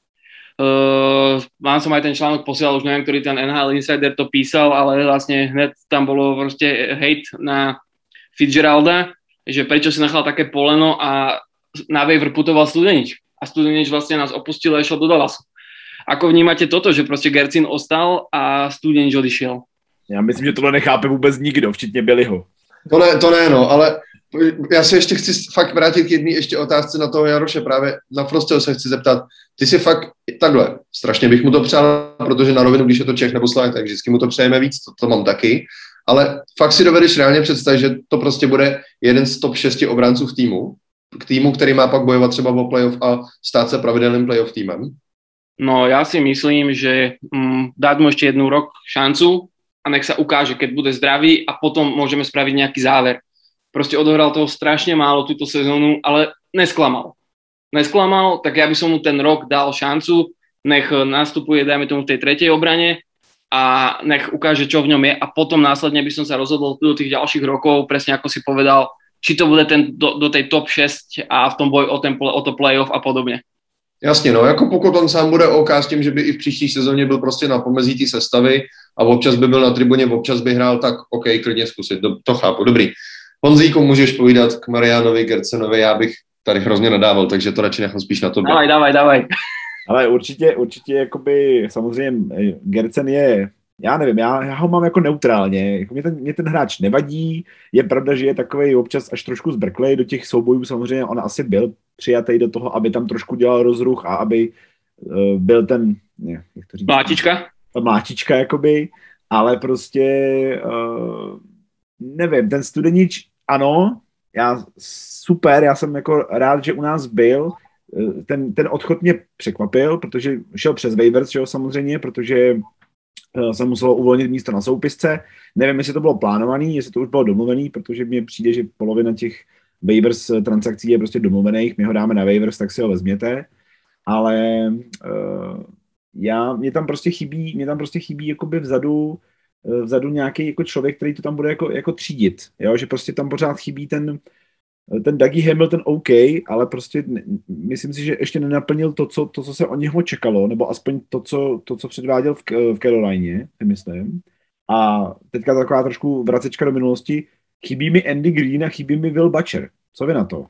Mám som aj ten článok posielal, už neviem, ktorý ten NHL Insider to písal, ale vlastne hneď tam bolo proste hejt na Fitzgeralda, že prečo si nechal také poleno a na waiver putoval Studenič a Studenič vlastne nás opustil a išiel do Dallasu. Ako vnímate toto, že prostě Gercin ostal a Studenič odišiel? Já myslím, že tohle nechápe vůbec nikdo, včetně Billyho. To ne, no, ale já se ještě chci fakt vrátit k jedné ještě otázce na toho Jaroše, právě na Frostého se chci zeptat, ty si fakt takhle, strašně bych mu to přál, protože na rovinu, když je to Čech nebo Slovák, tak vždycky mu to přejeme víc, to mám taky, ale fakt si dovedeš reálně představit, že to prostě bude jeden z top 6 obránců v týmu, k týmu, který má pak bojovat třeba o playoff a stát se pravidelným playoff týmem? No ja si myslím, že dať mu ešte jednu rok šancu a nech sa ukáže, keď bude zdravý a potom môžeme spraviť nejaký záver. Proste odohral toho strašne málo túto sezónu, ale nesklamal. Tak ja by som mu ten rok dal šancu, nech nastupuje, dajme tomu, v tej tretej obrane a nech ukáže, čo v ňom je a potom následne by som sa rozhodol do tých ďalších rokov, presne ako si povedal, či to bude do tej top 6 a v tom boji o to playoff a podobne. Jasně, no, jako pokud on sám bude OK s tím, že by i v příští sezóně byl prostě na pomezí té sestavy a občas by byl na tribuně, občas by hrál, tak OK, klidně zkusit, to chápu, dobrý. Honzíku, můžeš povídat k Marianovi, Gercenovi, já bych tady hrozně nadával, takže to radši nechám spíš na tobě. Dávaj. Ale určitě jakoby, samozřejmě Gercen je, já nevím, já ho mám jako neutrálně, jako mě ten hráč nevadí, je pravda, že je takovej občas až trošku zbrklej do těch soubojů, samozřejmě on asi byl přijatý do toho, aby tam trošku dělal rozruch a aby byl ten, jak to říct? Mlátička, jakoby, ale prostě nevím, ten Studenič, ano, já jsem jako rád, že u nás byl, ten odchod mě překvapil, protože šel přes waivers, že jo, samozřejmě, protože se muselo uvolnit místo na soupisce. Nevím, jestli to bylo plánovaný, jestli to už bylo domluvený, protože mně přijde, že polovina těch waivers transakcí je prostě domluvených, my ho dáme na waivers, tak si ho vezměte, ale mě tam prostě chybí jakoby vzadu nějaký jako člověk, který to tam bude jako třídit, jo? Že prostě tam pořád chybí ten Dougie Hamilton OK, ale prostě myslím si, že ještě nenaplnil to, co se od něho čekalo, nebo aspoň to, co předváděl v Carolině, myslím. A teďka taková trošku vracečka do minulosti. Chybí mi Andy Green a chybí mi Will Butcher. Co vy na to?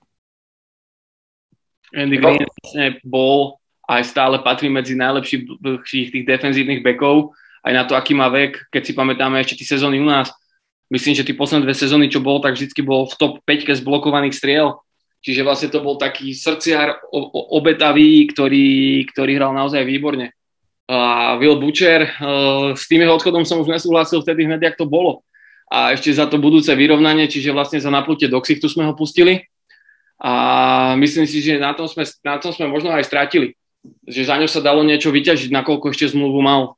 Andy Green vlastne bol aj stále patrí medzi najlepších tých defenzívnych backov, aj na to, aký má vek. Keď si pamätáme ešte tí sezóny u nás, myslím, že tí posledné 2 sezóny, čo bol, tak vždycky bol v top 5 zblokovaných striel. Čiže vlastne to bol taký srdciar obetavý, ktorý hral naozaj výborne. A Will Butcher, s tým jeho odchodom som už nesúhlasil vtedy hneď, jak to bolo. A ešte za to budúce vyrovnanie, čiže vlastne za napnutie do ksichtu sme ho pustili. A myslím si, že na tom sme možno aj strátili. Že za ňo sa dalo niečo vyťažiť, nakoľko ešte zmluvu mal.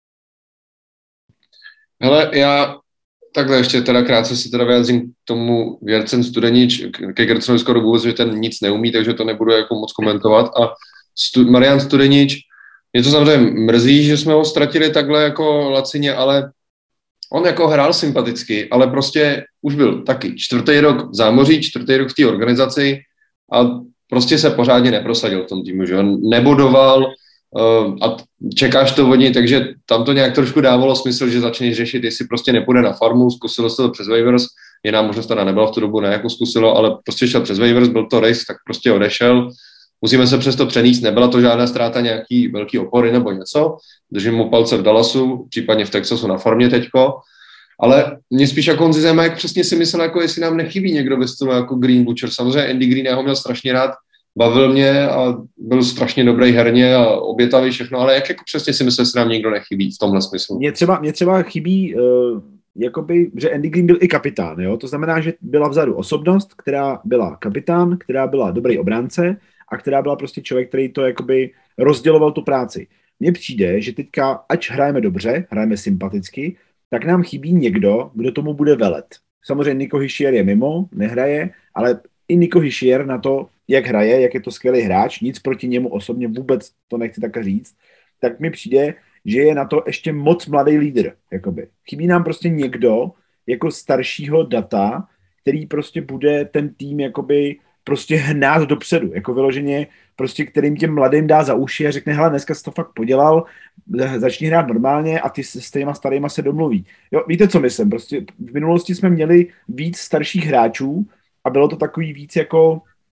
Hele, já takhle ještě teda krátce se teda vyjádřím k tomu Gercen Studenič, ke Gercenovi skoro vůbec, že ten nic neumí, takže to nebudu jako moc komentovat. A Marian Studenič, mě to samozřejmě mrzí, že jsme ho ztratili takhle jako lacině, ale on jako hrál sympaticky, ale prostě už byl taky 4. rok v zámoří, 4. rok v té organizaci a prostě se pořádně neprosadil v tom týmu, že on nebodoval a čekáš to od něj, takže tam to nějak trošku dávalo smysl, že začneš řešit, jestli prostě nepůjde na farmu, zkusilo se to přes waivers, jiná možnost teda nebyla v tu dobu, ne jako zkusilo, ale prostě šel přes waivers, byl to risk, tak prostě odešel. Musíme se přesto přenést, nebyla to žádná ztráta nějaký velký opory nebo něco. Držím mu palce v Dallasu, případně v Texasu na formě teďko. Ale mě spíš jako Honzi zajímá, jak přesně si myslel, jako jestli nám nechybí někdo ve stylu jako Green Butcher. Samozřejmě Andy Green, já ho měl strašně rád, bavil mě a byl strašně dobrý herně a obětavý všechno, ale jak jako přesně si myslel, jestli nám někdo nechybí v tomhle smyslu? Mně třeba chybí, jakoby, že Andy Green byl i kapitán, jo? To znamená, že byla vzadu osobnost, která byla kapitán, která byla dobrý obránce a která byla prostě člověk, který to jakoby rozděloval tu práci. Mně přijde, že teďka, ať hrajeme dobře, hrajeme sympaticky, tak nám chybí někdo, kdo tomu bude velet. Samozřejmě Nico Hischier je mimo, nehraje, ale i Nico Hischier na to, jak hraje, jak je to skvělý hráč, nic proti němu osobně, vůbec to nechci takhle říct, tak mi přijde, že je na to ještě moc mladý lídr. Jakoby. Chybí nám prostě někdo jako staršího data, který prostě bude ten tým jakoby prostě hnát dopředu, jako vyloženě prostě kterým těm mladým dá za uši a řekne, hele, dneska jsi to fakt podělal, začni hrát normálně a ty s těma starýma se domluví. Jo, víte, co myslím? Prostě v minulosti jsme měli víc starších hráčů a bylo to takový víc jako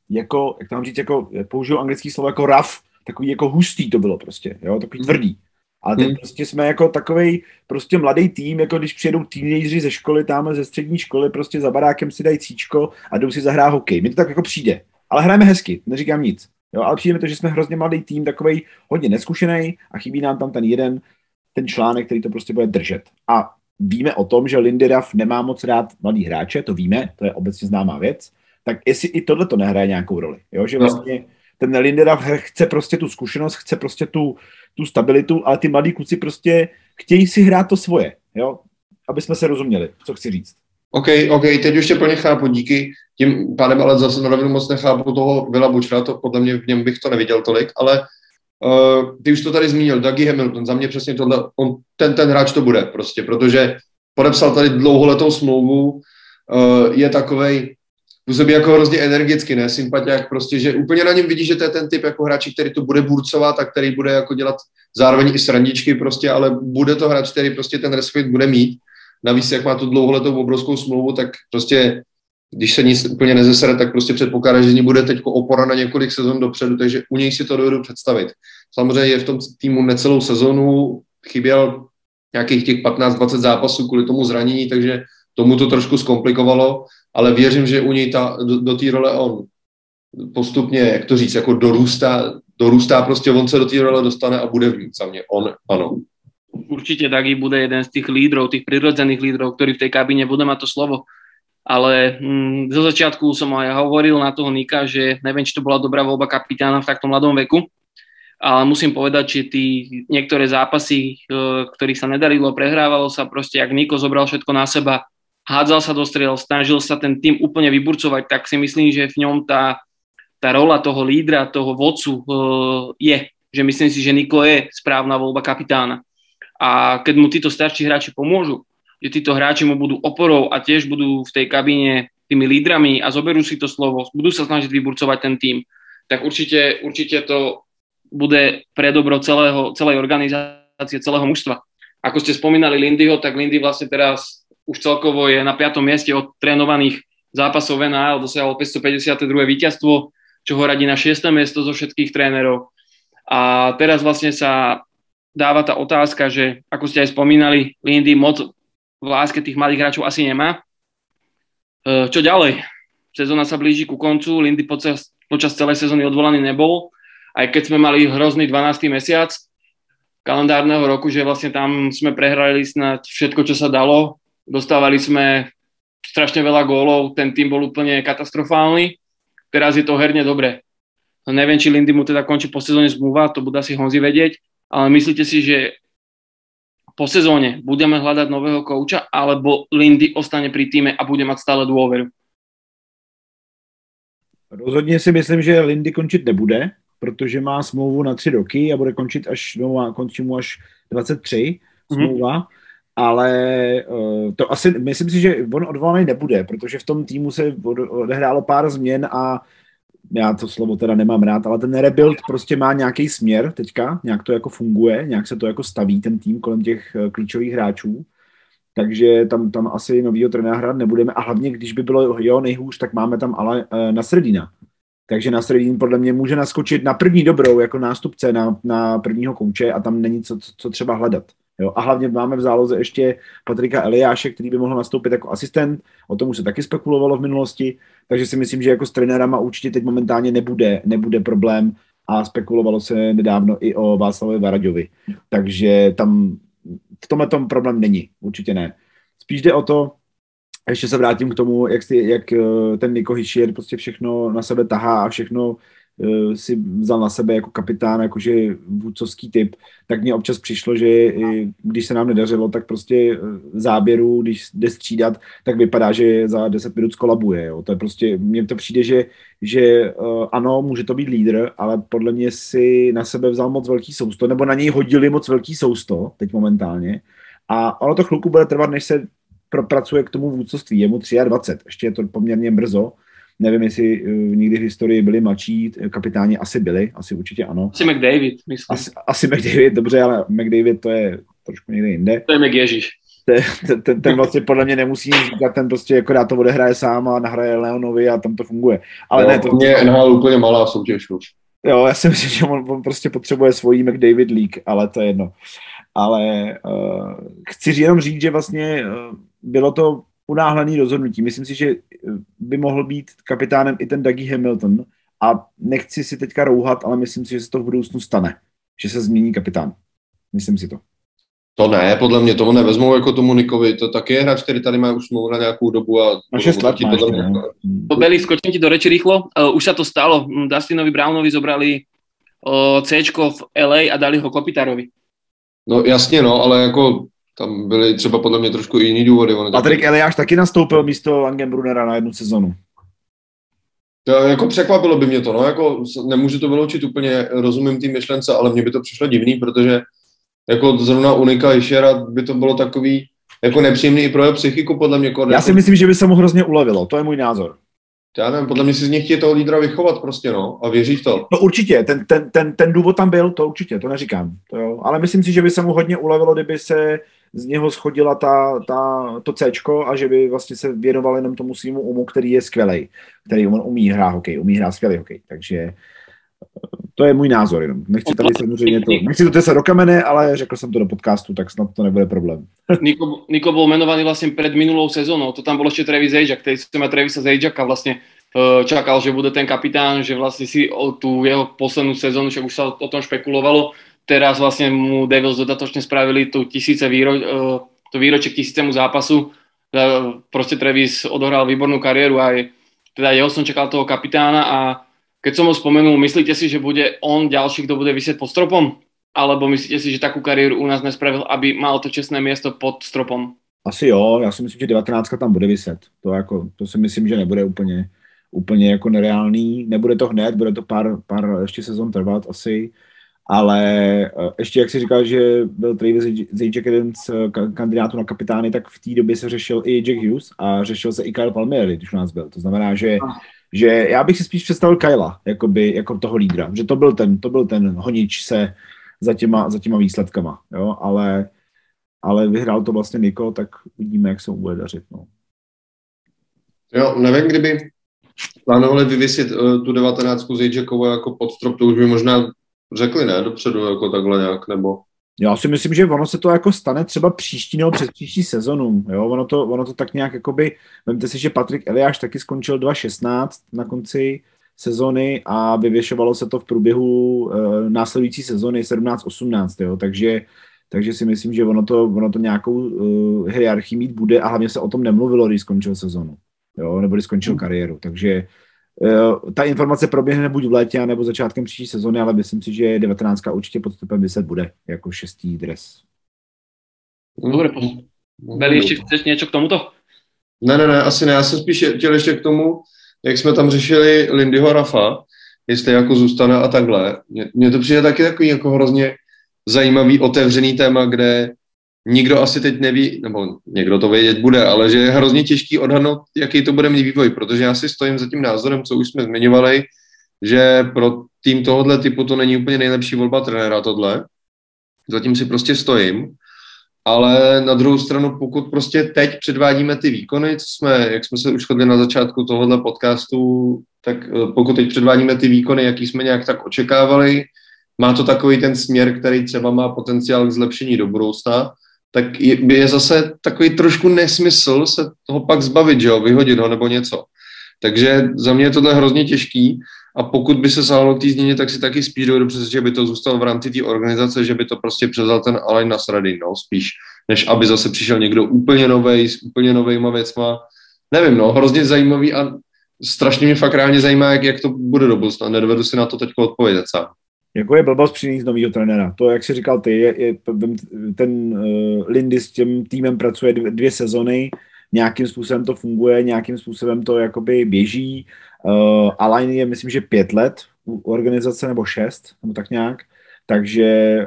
jako, jak tam říct, jako použiju anglický slovo jako rough, takový jako hustý to bylo prostě, jo, takový tvrdý. Ale teď prostě jsme jako takovej prostě mladý tým, jako když přijedou teenageři ze školy, tamhle ze střední školy, prostě za barákem si dají cíčko a jdou si zahrát hokej. Mně to tak jako přijde. Ale hrajeme hezky, neříkám nic. Jo, ale přijde mi to, že jsme hrozně mladý tým, takovej hodně neskušený a chybí nám tam ten článek, který to prostě bude držet. A víme o tom, že Lindy Ruff nemá moc rád mladý hráče, to víme, to je obecně známá věc. Tak jestli i tohle to nehraje nějakou roli, jo, že vlastně ten Lindy Ruff chce prostě tu zkušenost, chce prostě tu stabilitu, ale ty mladí kluci prostě chtějí si hrát to svoje, jo, aby jsme se rozuměli, co chci říct. OK, teď už tě plně chápu, díky. Tím pádem ale zase na rovinu moc nechápu toho Willa Butchera, to podle mě v něm bych to neviděl tolik, ale ty už to tady zmínil, Dougie Hamilton, za mě přesně tohle, ten hráč to bude prostě, protože podepsal tady dlouholetou smlouvu, je takovej, působí jako hrozně energicky, ne, sympatiák prostě, že úplně na něm vidí, že to je ten typ jako hráči, který to bude burcovat a který bude jako dělat zároveň i srandičky prostě, ale bude to hráč, který prostě ten respekt bude mít. Navíc, jak má tu dlouholetou obrovskou smlouvu, tak prostě, když se nic úplně nezesere, tak prostě předpokládá, že z ní bude teď opora na několik sezon dopředu, takže u něj si to dovedu představit. Samozřejmě je v tom týmu necelou sezonu, chyběl nějakých těch 15-20 zápasů kvůli tomu zranění, takže tomu to trošku zkomplikovalo, ale věřím, že u něj do té role on postupně, jak to říct, jako dorůstá prostě, on se do té role dostane a bude v ní za mě. On, ano. Určite Dougie bude jeden z tých lídrov, tých prirodzených lídrov, ktorý v tej kabíne bude mať to slovo. Ale zo začiatku som aj hovoril na toho Nika, že neviem, či to bola dobrá voľba kapitána v takto mladom veku, ale musím povedať, že niektoré zápasy, ktorých sa nedarilo, prehrávalo sa proste, jak Niko zobral všetko na seba, hádzal sa do striel, snažil sa ten tým úplne vyburcovať, tak si myslím, že v ňom tá rola toho lídra, toho vodcu je. Že myslím si, že Niko je správna voľba kapitána. A keď mu títo starší hráči pomôžu, že títo hráči mu budú oporou a tiež budú v tej kabíne tými lídrami a zoberú si to slovo, budú sa snažiť vyburcovať ten tým, tak určite to bude pre dobro celej organizácie, celého mužstva. Ako ste spomínali Lindyho, tak Lindy vlastne teraz už celkovo je na 5. mieste od trénovaných zápasov NHL, dosiahol 552. víťazstvo, čo ho radí na 6. miesto zo všetkých trénerov. A teraz vlastne sa dáva tá otázka, že ako ste aj spomínali, Lindy moc v láske tých mladých hráčov asi nemá. Čo ďalej? Sezóna sa blíži ku koncu, Lindy počas celej sezóny odvolaný nebol, aj keď sme mali hrozný 12. mesiac kalendárneho roku, že vlastne tam sme prehrali snáď všetko, čo sa dalo. Dostávali sme strašne veľa gólov, ten tým bol úplne katastrofálny. Teraz je to herne dobre. Neviem, či Lindy mu teda končí po sezóne zmluva, to bude asi Honzi vedieť, ale myslíte si, že po sezóne budeme hľadať nového kouča, alebo Lindy ostane pri týme a bude mať stále dôveru? Rozhodně si myslím, že Lindy končit nebude, protože má smlouvu na 3 roky a bude končit končí mu až 23 smlouva, ale to asi, myslím si, že on odvolaný nebude, protože v tom týmu se odehrálo pár změn a já to slovo teda nemám rád, ale ten rebuild prostě má nějaký směr teďka, nějak to jako funguje, nějak se to jako staví ten tým kolem těch klíčových hráčů, takže tam asi novýho trenéra hrát nebudeme a hlavně, když by bylo nejhůř, tak máme tam ale Nasreddina. Takže Nasreddin podle mě může naskočit na první dobrou jako nástupce na prvního kouče a tam není co třeba hledat. Jo? A hlavně máme v záloze ještě Patrika Eliáše, který by mohl nastoupit jako asistent, o tom už se taky spekulovalo v minulosti, takže si myslím, že jako s trenérama určitě teď momentálně nebude problém a spekulovalo se nedávno i o Václavovi Varaďovi. Takže tam v tomhle tom problém není, určitě ne. Spíš jde o to, ještě se vrátím k tomu, jak ten Nico Hischier prostě všechno na sebe tahá a všechno si vzal na sebe jako kapitán, jakože vůdcovský typ, tak mně občas přišlo, že když se nám nedařilo, tak prostě záběru, když jde střídat, tak vypadá, že za 10 minut skolabuje. Jo. To je prostě, mně to přijde, že ano, může to být lídr, ale podle mě si na sebe vzal moc velký sousto, nebo na něj hodili moc velký sousto, teď momentálně. A ono to chvilku bude trvat, než se propracuje k tomu vůdcovství. Je mu 23, ještě je to poměrně brzo. Nevím, jestli nikdy v historii byli mladší kapitáni, asi byli, asi určitě ano. Asi McDavid, myslím. Asi McDavid, dobře, ale McDavid to je trošku někde jinde. To je McJežiš. ten vlastně podle mě nemusí nic říkat, ten prostě jako dá to odehraje sám a nahraje Leonovi a tam to funguje. Ale jo, ne, to mě NHL úplně malá soutěž už. Jo, já si myslím, že on prostě potřebuje svojí McDavid League, ale to je jedno. Ale chci jenom říct, že vlastně bylo to unáhlené rozhodnutí. Myslím si, že by mohl být kapitánem i ten Dougie Hamilton a nechci si teďka rouhat, ale myslím si, že se to v budoucnu stane. Že se změní kapitán. Myslím si to. To ne, podle mě toho nevezmou jako tomu Nikovi. To taky je hráč, který tady má už smlouvu na nějakou dobu. A na 6 let máš, Beli, skočím ti do reči rýchlo. Už sa to stalo. Dustinovi Brownovi zobrali C-čko v LA a dali ho Kopitárovi. No jasně, no, ale jako tam byly třeba podle mě trošku jiný důvody. Patrik Eliáš taky nastoupil místo Langenbrunera na 1 sezonu. To jako překvapilo by mě to, no, jako nemůžu to vyloučit úplně, rozumím té myšlence, ale mně by to přišlo divný, protože jako zrovna u Nika Ishera by to bylo takový jako nepříjemný i pro jeho psychiku, podle mě. Já si myslím, že by se mu hrozně ulevilo, to je můj názor. Já nevím, podle mě si z nich chtějí toho lídra vychovat prostě, no, a věří v to. No určitě, ten důvod tam byl, to určitě, to neříkám, to jo. Ale myslím si, že by se mu hodně ulevilo, kdyby se z něho schodila to Cčko a že by vlastně se věnoval jenom tomu svýmu umu, který je skvělej, který on umí hrát hokej, umí hrát skvělý hokej, takže to je můj názor jenom. Nechci tady samozřejmě to, nechci to tesat do kamene, ale řekl jsem to do podcastu, tak snad to nebude problém. Niko bol menovaný vlastne pred minulou sezónou, to tam bol ešte Travis Zajac, ktorý si má Travisa Zajacka vlastne čakal, že bude ten kapitán, že vlastne si tú jeho poslednú sezónu, však už sa o tom špekulovalo, teraz vlastne mu Devils dodatočne spravili tú to výročie k 1000. zápasu, proste Travis odohral výbornú kariéru a teda jeho som čakal toho kapitána a keď som ho spomenul, myslíte si, že bude on ďalší, kto bude visieť pod stropom? Alebo myslíte si, že takú kariéru u nás nespravil, aby mal to čestné miesto pod stropom? Asi jo, já si myslím, že 19 tam bude vyset. To si myslím, že nebude úplně jako nereálný. Nebude to hned, bude to pár ještě sezon trvat asi. Ale ještě jak si říkal, že byl Travis Zajac jeden z kandidátů na kapitány, tak v té době se řešil i Jack Hughes a řešil se i Kyle Palmieri, když u nás byl. To znamená, že já bych si spíš představil Kyla jako toho lídra, že to byl ten honič se za těma výsledkama, jo, ale vyhrál to vlastně Niko, tak uvidíme, jak se mu bude dařit, no. Jo, nevím, kdyby plánovali vyvěsit tu 19 Zajacovu jako pod strop, to už by možná řekli, ne, dopředu, jako takhle nějak, nebo... Já si myslím, že ono se to jako stane třeba příští nebo přes příští sezonu, jo, ono to tak nějak jakoby, vemte si, že Patrik Eliáš taky skončil 2.16 na konci sezony a vyvěšovalo se to v průběhu následující sezony 17-18, jo, takže si myslím, že ono to nějakou hierarchii mít bude a hlavně se o tom nemluvilo, když skončil sezonu, jo, nebo když skončil kariéru, takže ta informace proběhne buď v létě, nebo začátkem příští sezony, ale myslím si, že 19 určitě pod stupem vyset bude jako 6. dres. Dobre, Beli, ešte chceš niečo k tomuto? Ne, asi ne. Já jsem spíš chtěl ještě k tomu, jak jsme tam řešili Lindyho Rafa, jestli jako zůstane a takhle. Mně to přijde taky takový jako hrozně zajímavý, otevřený téma, kde nikdo asi teď neví, nebo někdo to vědět bude, ale že je hrozně těžký odhadnout, jaký to bude mít vývoj, protože já si stojím za tím názorem, co už jsme zmiňovali, že pro tým tohohle typu to není úplně nejlepší volba trenéra tohle. Zatím si prostě stojím, ale na druhou stranu, pokud prostě teď předvádíme ty výkony, jak jsme se už shodli na začátku tohohle podcastu, tak pokud teď předvádíme ty výkony, jaký jsme nějak tak očekávali, má to takový ten směr, který třeba má potenciál k zlepšení do budoucna, tak je zase takový trošku nesmysl se toho pak zbavit, že jo, vyhodit ho nebo něco. Takže za mě je tohle hrozně těžký a pokud by se sáhlo k té změně, tak si taky spíš dovedu představit, že by to zůstalo v rámci té organizace, že by to prostě převzal ten Alain Nasradin, no, spíš, než aby zase přišel někdo úplně novej, s úplně novejma věcma. Nevím, no, hrozně zajímavý a strašně mě fakt reálně zajímá, jak to bude do budoucna. Nedovedu si na to teď odpovědět sám. Jako je blbost přinést novýho trenéra. To, jak jsi říkal ty, ten Lindy s tím týmem pracuje 2 sezony, nějakým způsobem to funguje, nějakým způsobem to jakoby běží. Alain je, myslím, že 5 let u organizace, nebo 6, nebo tak nějak. Takže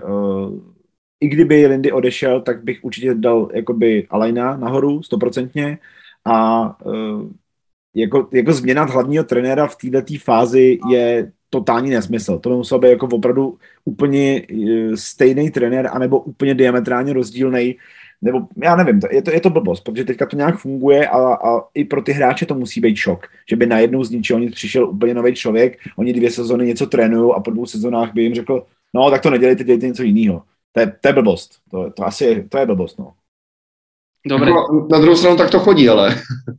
i kdyby Lindy odešel, tak bych určitě dal jakoby Alaina nahoru, 100%. A jako změna hlavního trenéra v této fázi je totální nesmysl. To by musel být jako opravdu úplně stejný trenér, anebo úplně diametrálně rozdílnej, nebo já nevím, je to blbost, protože teďka to nějak funguje a i pro ty hráče to musí být šok, že by najednou z ničeho nic přišel úplně nový člověk, oni 2 sezony něco trénují a po 2 sezónách by jim řekl, no tak to nedělejte, dělejte něco jiného. To je blbost, to je blbost, no. Dobre. Na druhou stranu tak to chodí, ale...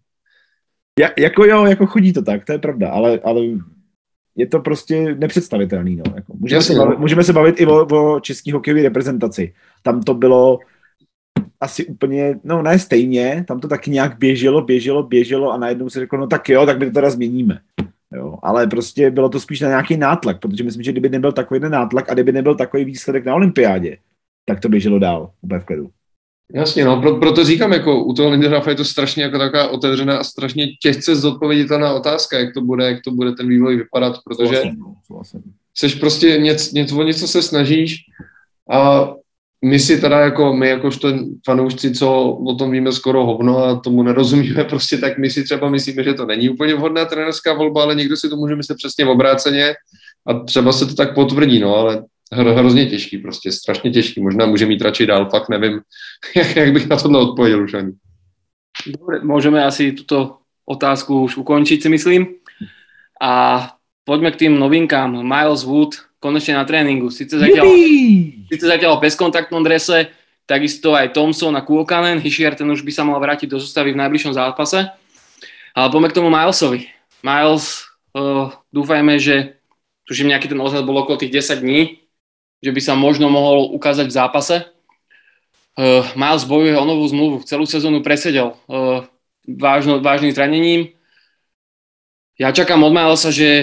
Jako chodí to tak, to je pravda, ale je to prostě nepředstavitelný. No. Jako, můžeme se bavit i o český hokejové reprezentaci. Tam to bylo asi úplně, no ne stejně, tam to taky nějak běželo a najednou se řeklo, no tak jo, tak my to teda změníme. Jo, ale prostě bylo to spíš na nějaký nátlak, protože myslím, že kdyby nebyl takový nátlak a kdyby nebyl takový výsledek na olympiádě, tak to běželo dál, úplně v klidu. Jasně, no, proto říkám, jako u toho Lindegraffa je to strašně jako taková otevřená a strašně těžce zodpověditelná otázka, jak to bude ten vývoj vypadat, protože seš prostě něco se snažíš a my si teda my jakožto fanoušci, co o tom víme skoro hovno a tomu nerozumíme prostě, tak my si třeba myslíme, že to není úplně vhodná trenerská volba, ale někdo si to může myslet přesně obráceně a třeba se to tak potvrdí, no, ale hrozně těžký, prostě strašně těžký. Možná může mít radši dál, fakt nevím, jak bych na tohle odpověděl už ani. Dobre, môžeme asi túto otázku už ukončiť, si myslím. A poďme k tým novinkám. Miles Wood konečne na tréningu. Sice zatiaľ bez kontaktnom drese, takisto aj Thompson a Kuokkanen. Hischier, ten už by sa mal vrátiť do zostavy v najbližšom zápase. Ale poďme k tomu Milesovi. Miles, dúfajme, že tuším, nejaký ten odhad bol okolo tých 10 dní, že by sa možno mohol ukázať v zápase. Miles bojuje o novú zmluvu. Celú sezónu presedel vážnym zranením. Ja čakám od Milesa, že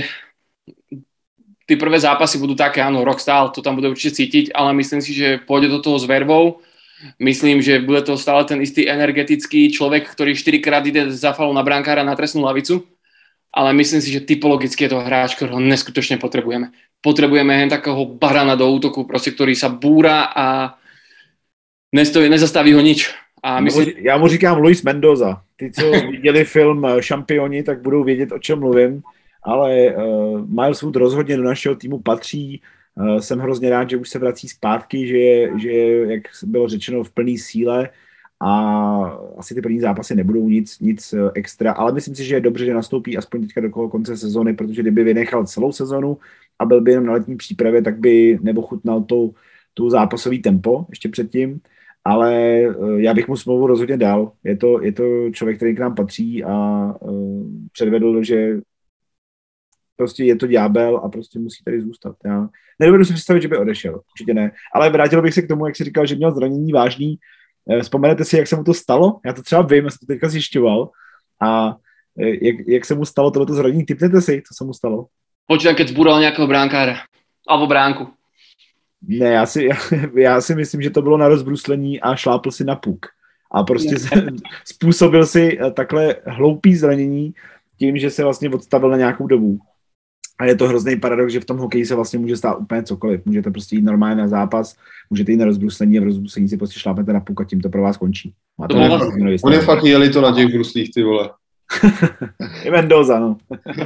tí prvé zápasy budú také, áno, rok stál, to tam bude určite cítiť, ale myslím si, že pôjde do toho s vervou. Myslím, že bude to stále ten istý energetický človek, ktorý 4-krát ide za faulu na brankára na trestnú lavicu. Ale myslím si, že typologicky je to hráč, ktorého neskutočne potrebujeme. Potrebujeme jen takého barana do útoku, proste, ktorý sa búra a nezastaví ho nič. A myslím... Já mu říkám Luis Mendoza. Ty, co viděli film Šampioni, tak budou vědět, o čem mluvím. Ale Miles Wood rozhodně do našeho týmu patří. Jsem hrozně rád, že už se vrací zpátky, že je, jak bylo řečeno, v plné síle. A asi ty první zápasy nebudou nic extra, ale myslím si, že je dobře, že nastoupí aspoň teďka do konce sezóny, protože kdyby vynechal celou sezonu a byl by jenom na letní přípravě, tak by neochutnal tu zápasový tempo ještě předtím, ale já bych mu smlouvu rozhodně dal. Je to člověk, který k nám patří a předvedl, že prostě je to ďábel a prostě musí tady zůstat. Já nedovedu si představit, že by odešel, určitě ne, ale vrátil bych se k tomu, jak jsi říkal, že měl zranění vážný. Vzpomenete si, jak se mu to stalo? Já to třeba vím, já jsem to teďka zjišťoval. A jak se mu stalo tohleto zranění? Tipnete si, co se mu stalo? Počítam, keď zbúral nejakého bránkára. Alebo bránku. Ne, já si myslím, že to bylo na rozbruslení a šlápl si na puk. A prostě způsobil si takhle hloupý zranění tím, že se vlastně odstavil na nějakou dobu. A je to hrozný paradox, že v tom hokeji se vlastně může stát úplně cokoliv. Můžete prostě jít normálně na zápas, můžete jít na rozbruslení a v rozbruslení si prostě šlápnete na puk a tím to pro vás končí. On je fakt jeli to na těch bruslích, ty vole. Je Mendoza, no.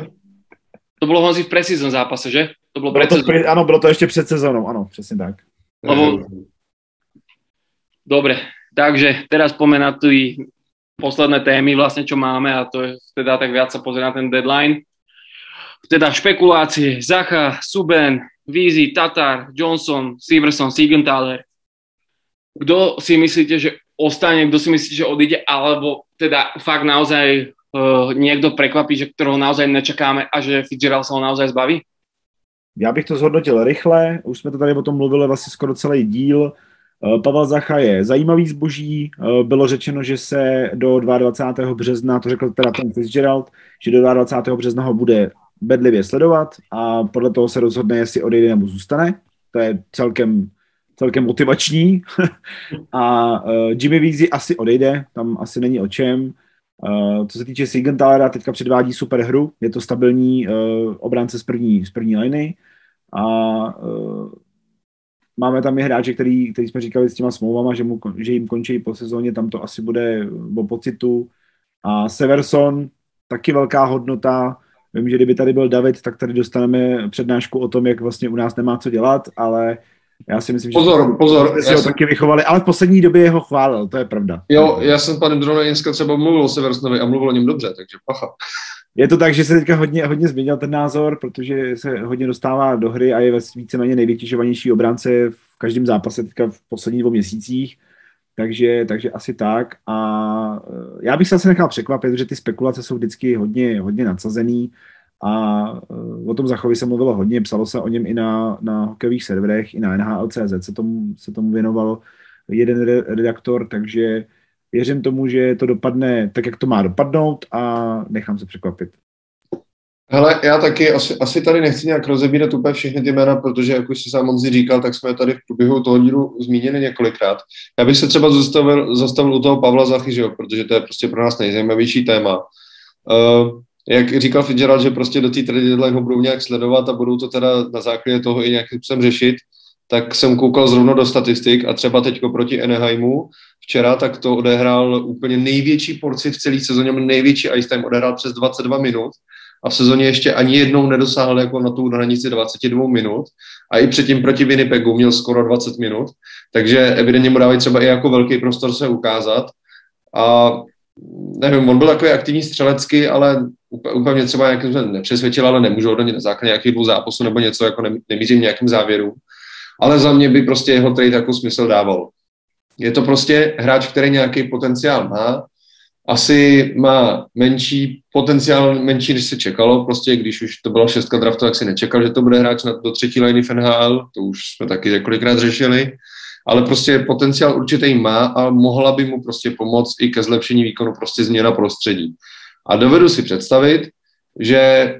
To bylo asi v preseason zápase, že? Ano, bylo to ještě před sezónou, ano, přesně tak. Dobre, takže teraz poďme na tí posledné témy vlastne, čo máme a to je teda tak viac sa pozrieť na ten deadline. Teda špekulácie, Zacha, Subban, Weezy, Tatar, Johnson, Severson, Siegenthaler. Kto si myslíte, že ostane, kto si myslíte, že odíde, alebo teda fakt naozaj niekto prekvapí, že ktorého naozaj nečakáme a že Fitzgerald sa ho naozaj zbaví? Já bych to zhodnotil rychle, už jsme to tady o tom mluvili vlastně skoro celý díl. Pavel Zacha je zajímavý zboží, bylo řečeno, že se do 22. března, to řekl teda ten Fitzgerald, že do 22. března ho bude bedlivě sledovat a podle toho se rozhodne, jestli odejde nebo zůstane. To je celkem motivační. A Jimmy Weezy asi odejde, tam asi není o čem. Co se týče Siegenthalera, teďka předvádí super hru, je to stabilní obránce z první liny a máme tam i hráče, který jsme říkali s těma smlouvama, že jim končí po sezóně, tam to asi bude o pocitu. A Severson, taky velká hodnota. Vím, že kdyby tady byl David, tak tady dostaneme přednášku o tom, jak vlastně u nás nemá co dělat, ale Já si myslím, pozor, že si ho taky vychovali, ale v poslední době ho chválil, to je pravda. Jo, já jsem panem Drona dneska třeba mluvil o Seversnovi a mluvil o něm dobře, takže pacha. Je to tak, že se teďka hodně změnil ten názor, protože se hodně dostává do hry a je víceméně nejvytěžovanější obránce v každém zápase teďka v posledních 2 měsících, takže asi tak. A já bych se asi nechal překvapit, že ty spekulace jsou vždycky hodně nadsazený a o tom Zachovi se mluvilo hodně, psalo se o něm i na hokejových serverech, i na NHL.cz se tomu věnoval jeden redaktor, takže věřím tomu, že to dopadne tak, jak to má dopadnout a nechám se překvapit. Hele, já taky asi tady nechci nějak rozebírat úplně všechny ty jména, protože, jak už si sám Honzi říkal, tak jsme tady v průběhu toho dílu zmínili několikrát. Já bych se třeba zastavil u toho Pavla Zachy, že jo, protože to je prostě pro nás nejzajímavější téma. Jak říkal Fitzgerald, že prostě do té trade deadline ho budou nějak sledovat a budou to teda na základě toho i nějakým způsobem řešit, tak jsem koukal zrovna do statistik a třeba teďko proti Anaheimu včera, tak to odehrál úplně největší porci v celé sezóně, největší ice time, odehrál přes 22 minut a v sezóně ještě ani jednou nedosáhl jako na tu hranici 22 minut a i předtím proti Winnipegu měl skoro 20 minut, takže evidentně mu dávají třeba i jako velký prostor se ukázat a nevím, on byl takový aktivní střelecky, ale úplně mě třeba nějakým způsobem nepřesvědčil, ale nemůžu hodnotit na základě nějakých 2 zápasů nebo něco, jako nemířím nějakým závěrům. Ale za mě by prostě jeho trade jako smysl dával. Je to prostě hráč, který nějaký potenciál má, asi má menší potenciál, menší, než se čekalo, prostě když už to byla 6 draftu, tak si nečekal, že to bude hráč do 3. liney v NHL, to už jsme taky několikrát řešili, ale prostě potenciál určitě má a mohla by mu prostě pomoct i ke zlepšení výkonu prostě změna prostředí. A dovedu si představit, že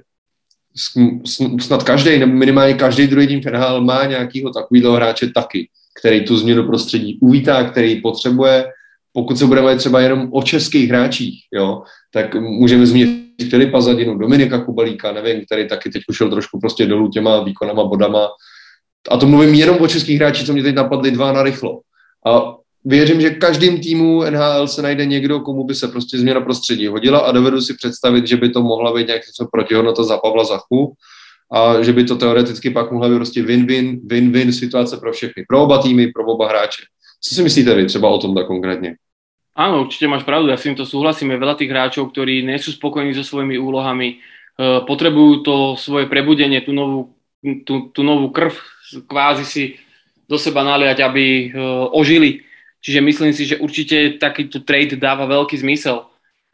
snad každý, nebo minimálně každý druhý tým v NHL má nějakýho takovýhle hráče taky, který tu změnu prostředí uvítá, který potřebuje. Pokud se budeme třeba jenom o českých hráčích, jo, tak můžeme zmínit Filipa Zadinu, Dominika Kubalíka, nevím, který taky teď ušel trošku prostě dolů těma výkonama, bodama. A to mluvím jenom o českých hráčích, co mě teď napadly 2 na rychlo. A věřím, že každým týmu NHL se najde někdo, komu by se prostě změna prostředí hodila a dovedu si představit, že by to mohla být nějaký protihodnota za Pavla Zachu a že by to teoreticky pak mohla být prostě win-win situace pro všechny, pro oba týmy, pro oba hráče. Co si myslíte vy třeba o tom tak konkrétne? Áno, určite máš pravdu, ja s týmto súhlasím. Je veľa tých hráčov, ktorí nie sú spokojní so svojimi úlohami, potrebujú to svoje prebudenie, tú novú krv, kvázi si do seba naliať, aby ožili. Čiže myslím si, že určite takýto trade dáva veľký zmysel.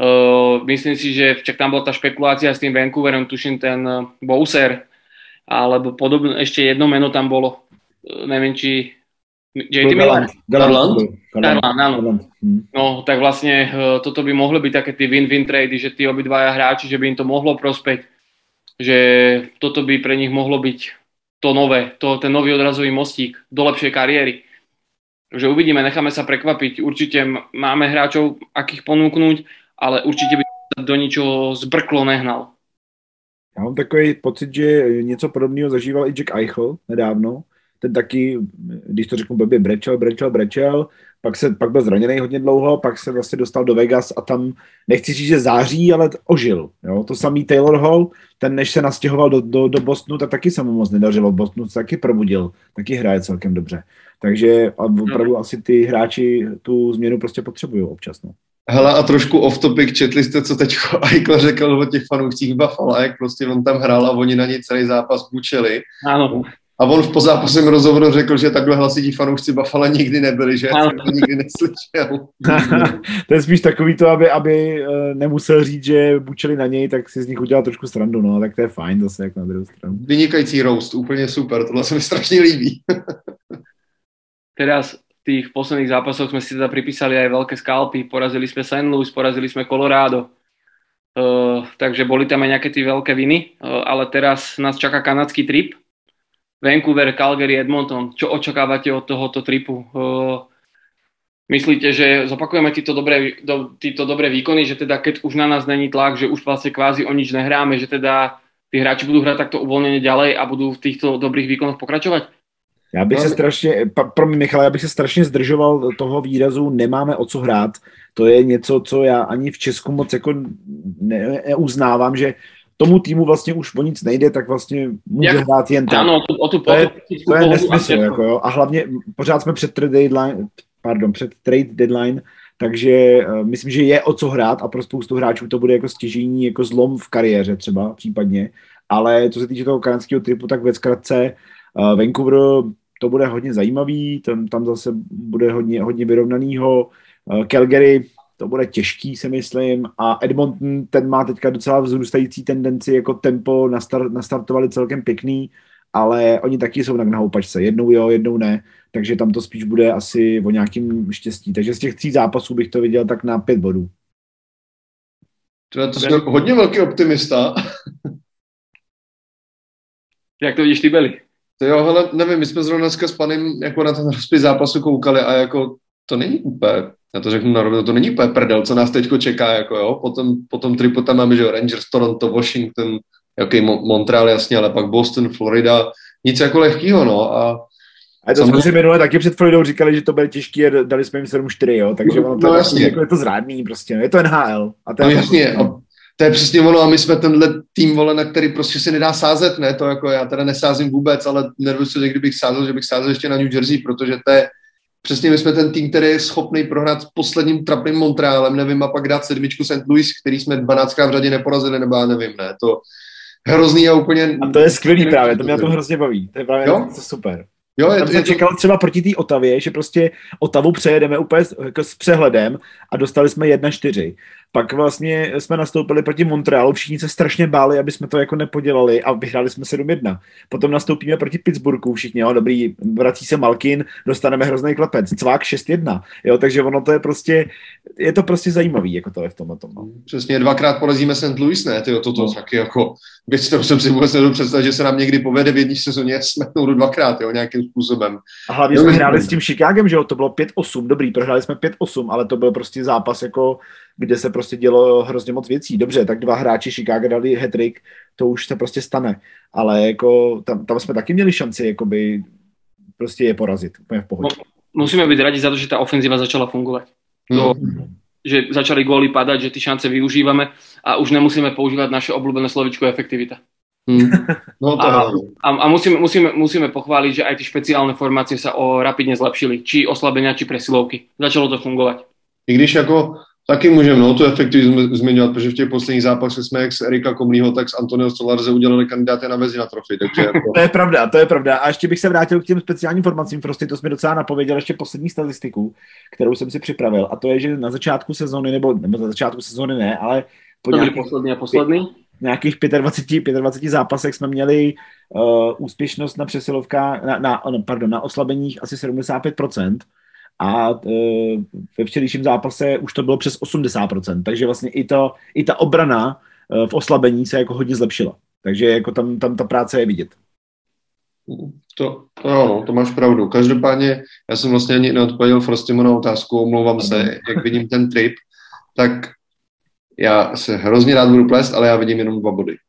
Myslím si, že však tam bola tá špekulácia s tým Vancouverom, tuším ten Bowser, alebo podobne, ešte jedno meno tam bolo, neviem či JT Miller? Garland, áno. No, tak vlastne toto by mohlo byť také tie win-win trady, že tí obidvaja hráči, že by im to mohlo prospeť, že toto by pre nich mohlo byť to nové, ten nový odrazový mostík do lepšej kariéry. Takže uvidíme, necháme sa prekvapiť. Určite máme hráčov, akých ponúknuť, ale určite by sa do ničoho zbrklo nehnal. Já mám takový pocit, že něco podobného zažíval i Jack Eichel nedávno. Ten taky, když to řeknu blbě, brečel, pak byl zraněný hodně dlouho, pak se vlastně dostal do Vegas a tam, nechci říct, že září, ale ožil. Jo? To samý Taylor Hall, ten než se nastěhoval do Bostonu, tak taky se mu moc nedařilo. V Bostonu se taky probudil, taky hraje celkem dobře. Takže opravdu asi ty hráči tu změnu prostě potřebují občas. No. Hele, a trošku off topic, četli jste, co teďko Eichel řekl o těch fanoušcích Buffalo, jak prostě on tam hrál a oni na něj celý zápas bučeli. Áno. A on v pozápasovém rozhovoru řekl, že takhle hlasití fanoušci Buffalo nikdy nebyli, že to nikdy neslyšel. To je spíš takový to, aby nemusel říct, že bučeli na něj, tak si z nich udělal trošku srandu, no, tak to je fajn zase, jak na druhou stranu. Vynikající roast, úplně super, tohle se mi strašně líbí. Teraz v tých posledných zápasoch sme si teda pripísali aj veľké skalpy, porazili sme St. Louis, porazili sme Colorado, takže boli tam aj nejaké tie veľké viny, ale teraz nás čaká kanadský trip, Vancouver, Calgary, Edmonton. Čo očakávate od tohoto tripu? Myslíte, že zopakujeme títo dobré výkony, že teda keď už na nás není tlak, že už vlastne kvázi o nič nehráme, že teda tí hráči budú hrať takto uvoľnene ďalej a budú v týchto dobrých výkonoch pokračovať? Já bych se strašně, Michal, já bych se strašně zdržoval toho výrazu nemáme o co hrát. To je něco, co já ani v Česku moc jako neuznávám, že tomu týmu vlastně už o nic nejde, tak vlastně může hrát jen tak. Ano, to je nesmysl, jako jo. A hlavně pořád jsme před trade deadline, takže myslím, že je o co hrát a pro spoustu hráčů to bude jako stěžejní jako zlom v kariéře třeba případně, ale co se týče toho kanadského tripu, tak ve zkratce Vancouver to bude hodně zajímavý, tam zase bude hodně vyrovnanýho, Calgary to bude těžký, si myslím, a Edmonton, ten má teďka docela vzrůstající tendenci, jako tempo nastartovali celkem pěkný, ale oni taky jsou na houpačce, jednou jo, jednou ne, takže tam to spíš bude asi o nějakým štěstí. Takže z těch 3 zápasů bych to viděl tak na 5 bodů. To jsme hodně velký optimista. Jak to vidíš ty, Beli? To jo, hele, nevím, my jsme zrovna dneska s panem jako na ten rozpis zápasu koukali a jako to není úplně, já to řeknu na rovinu, to není úplně prdel, co nás teďko čeká, jako jo, potom tripu tam máme, že jo, Rangers, Toronto, Washington, jaký Montreal, jasně, ale pak Boston, Florida, nic jako lehkýho, no, a to jsme si minule taky před Floridou říkali, že to bude těžký a dali jsme jim 7-4, jo, takže ono to jasně. Jako je to zrádný prostě, je to NHL. A to no jasně, a to je přesně ono a my jsme tenhle tým, vole, na který prostě se nedá sázet, ne, to jako já teda nesázím vůbec, ale nervus se, kdybych sázel, že bych sázel ještě na New Jersey, protože to je přesně my jsme ten tým, který je schopný prohrát s posledním trapným Montrealem, nevím, a pak dát 7 St. Louis, který jsme 12krát v řadě neporazili, nebo já nevím, ne, to hrozný a úplně... A to je skvělý právě, to mě na tom hrozně baví, to je právě to super. Jo, tam jsem čekal třeba proti té Otavě, že prostě Otavu přejedeme úplně jako s přehledem a dostali jsme 1-4. Pak vlastně jsme nastoupili proti Montrealu, všichni se strašně báli, aby jsme to jako nepodělali a vyhráli jsme 7-1. Potom nastoupíme proti Pittsburghu, všichni, jo, dobrý, vrací se Malkin, dostaneme hrozný klepec, cvák 6-1, jo, takže ono to je to prostě zajímavý, jako to je v tomhle tom. No. Přesně, 2krát porazíme St. Louis, ne, tyjo, toto taky jako, věc, kterou jsem si vůbec nedovedl představit, že se nám někdy povede v jedné sezóně smetnout 2krát, jo, nějakým způsobem. A hlavně jsme hráli s tím Chicagem, že jo, to bylo 5-8, dobrý, prohráli jsme 5-8, ale to byl prostě zápas jako, kde se prostě dělo hrozně moc věcí. Dobře, tak 2 hráči Chicago dali hat-trick, to už se prostě stane, ale jako tam jsme taky měli šanci jakoby prostě je porazit, úplně v pohodě. Musíme být rádi za to, že ta ofenzíva začala fungovat. Že začali góly padať, že ty šance využívame a už nemusíme používať naše obľúbené slovičko efektivita. No to a musíme pochváliť, že aj tie špeciálne formácie sa rapidne zlepšili. Či oslabenia, či presilovky. Začalo to fungovať. I když jako taky můžeme tu efektivitu zmiňovat, protože v těch posledních zápasech jsme jak z Erika Komlího, tak z Antonio Solarze udělali kandidáty na Vezina trofej. Takže jako... To je pravda. A ještě bych se vrátil k těm speciálním informacím. Prostě to jsme docela napověděl ještě poslední statistiku, kterou jsem si připravil. A to je, že na začátku sezóny, nebo na začátku sezóny ne, ale po poslední? Nějakých 25 zápasech jsme měli úspěšnost na přesilovkách, na oslabeních asi 75%. A ve včerejším zápase už to bylo přes 80%, takže vlastně i ta obrana v oslabení se jako hodně zlepšila. Takže jako tam ta práce je vidět. To máš pravdu. Každopádně já jsem vlastně ani neodpověděl Frostimu na otázku, omlouvám se, jak vidím ten trip, tak já se hrozně rád budu plést, ale já vidím jenom 2 body.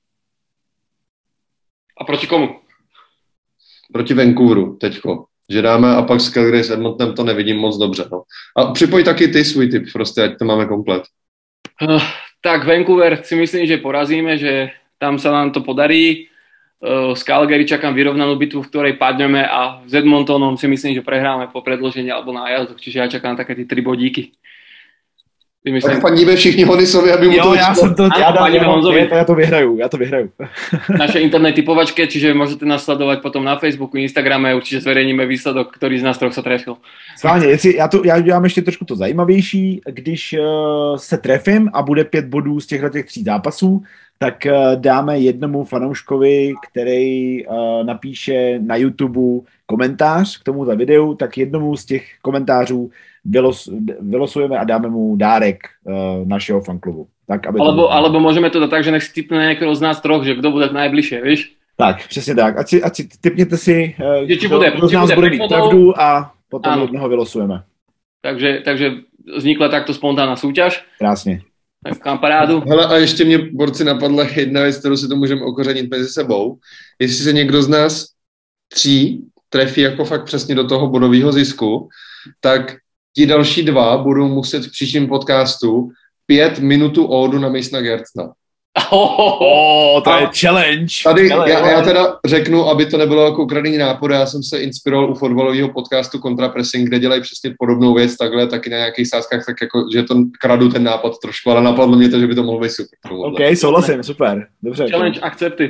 A proti komu? Proti Vancouveru teďko. Že dáme a pak s Calgary s Edmontonem to nevidím moc dobře. No. A připoj taky ty svůj tip, prostě, ať to máme komplet. Tak Vancouver si myslím, že porazíme, že tam sa nám to podarí. S Calgary čakám vyrovnanú bitvu, v ktorej padneme a s Edmontonom si myslím, že prehráme po predĺžení alebo nájazdoch, čiže ja čakám také ty 3 bodíky. Tak fandíme všichni Honisovi, aby mu to... Já to vyhraju. Naše internet typovačke, čiže môžete nás sledovať potom na Facebooku, Instagrame, určite zverejníme výsledok, ktorý z nás troch sa trefil. Schválně, já dělám ještě trošku to zajímavější, když se trefím a bude 5 bodů z těchto 3 zápasů, tak dáme jednomu fanouškovi, který napíše na YouTube komentář k tomuto videu, tak jednomu z těch komentářů vylosujeme a dáme mu dárek našeho fanklubu. Tak, aby alebo môžeme to dať tak, že nech si tipne nejakého z nás troch, že kdo bude najbližšie, víš? Tak, přesně tak. Ať si tipněte si, kdo z nás bude mít pravdu a potom jednoho vylosujeme. Takže vznikla takto spontánna súťaž. Krásně. Tak mám parádu. Hele, a ještě mě, borci, napadla jedna věc, kterou si to můžeme okořenit mezi sebou. Jestli se někdo z nás 3 trefí jako fakt přesně do toho bodového zisku, tak ti další 2 budou muset v příštím podcastu 5 minut ódu na Masona Gertzna. To je challenge. Tady já teda řeknu, aby to nebylo jako ukradení náporu, já jsem se inspiroval u fotbalového podcastu Contrapressing, kde dělají přesně podobnou věc, takhle taky na nějakých sázkách, tak jako, že to kradu ten nápad trošku, ale napadlo mě to, že by to mohlo být super. OK, souhlasím, super. Dobře. Challenge accepted.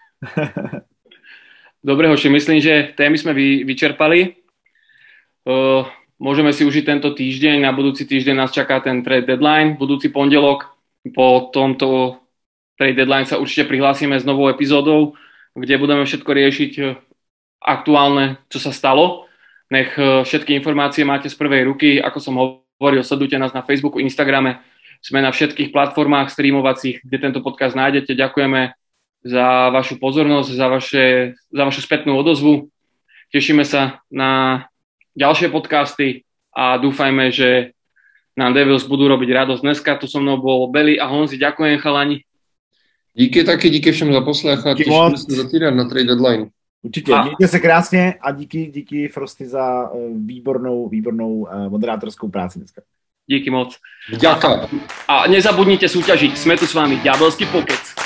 Dobre, hoši, myslím, že témy sme vyčerpali. Môžeme si užiť tento týždeň, na budúci týždeň nás čaká ten trade deadline, budúci pondelok. Po tomto trade deadline sa určite prihlásime s novou epizódou, kde budeme všetko riešiť aktuálne, čo sa stalo. Nech všetky informácie máte z prvej ruky, ako som hovoril, sledujte nás na Facebooku, Instagrame, sme na všetkých platformách streamovacích, kde tento podcast nájdete. Ďakujeme za vašu pozornosť, za vašu spätnú odozvu. Tešíme sa na ďalšie podcasty a dúfajme, že nám Devils budú robiť radosť. Dneska tu so mnou bol Beli a Honzi. Ďakujem, chalani. Díky taky, díky všem za poslech a těšíme se za týden na trade deadline. Určitě, mějte se krásně a díky Frosty za výbornou moderátorskou práci dneska. Díky moc. Ďakujem. A nezabudnite súťažiť. Sme tu s vami. Diabelský pokec.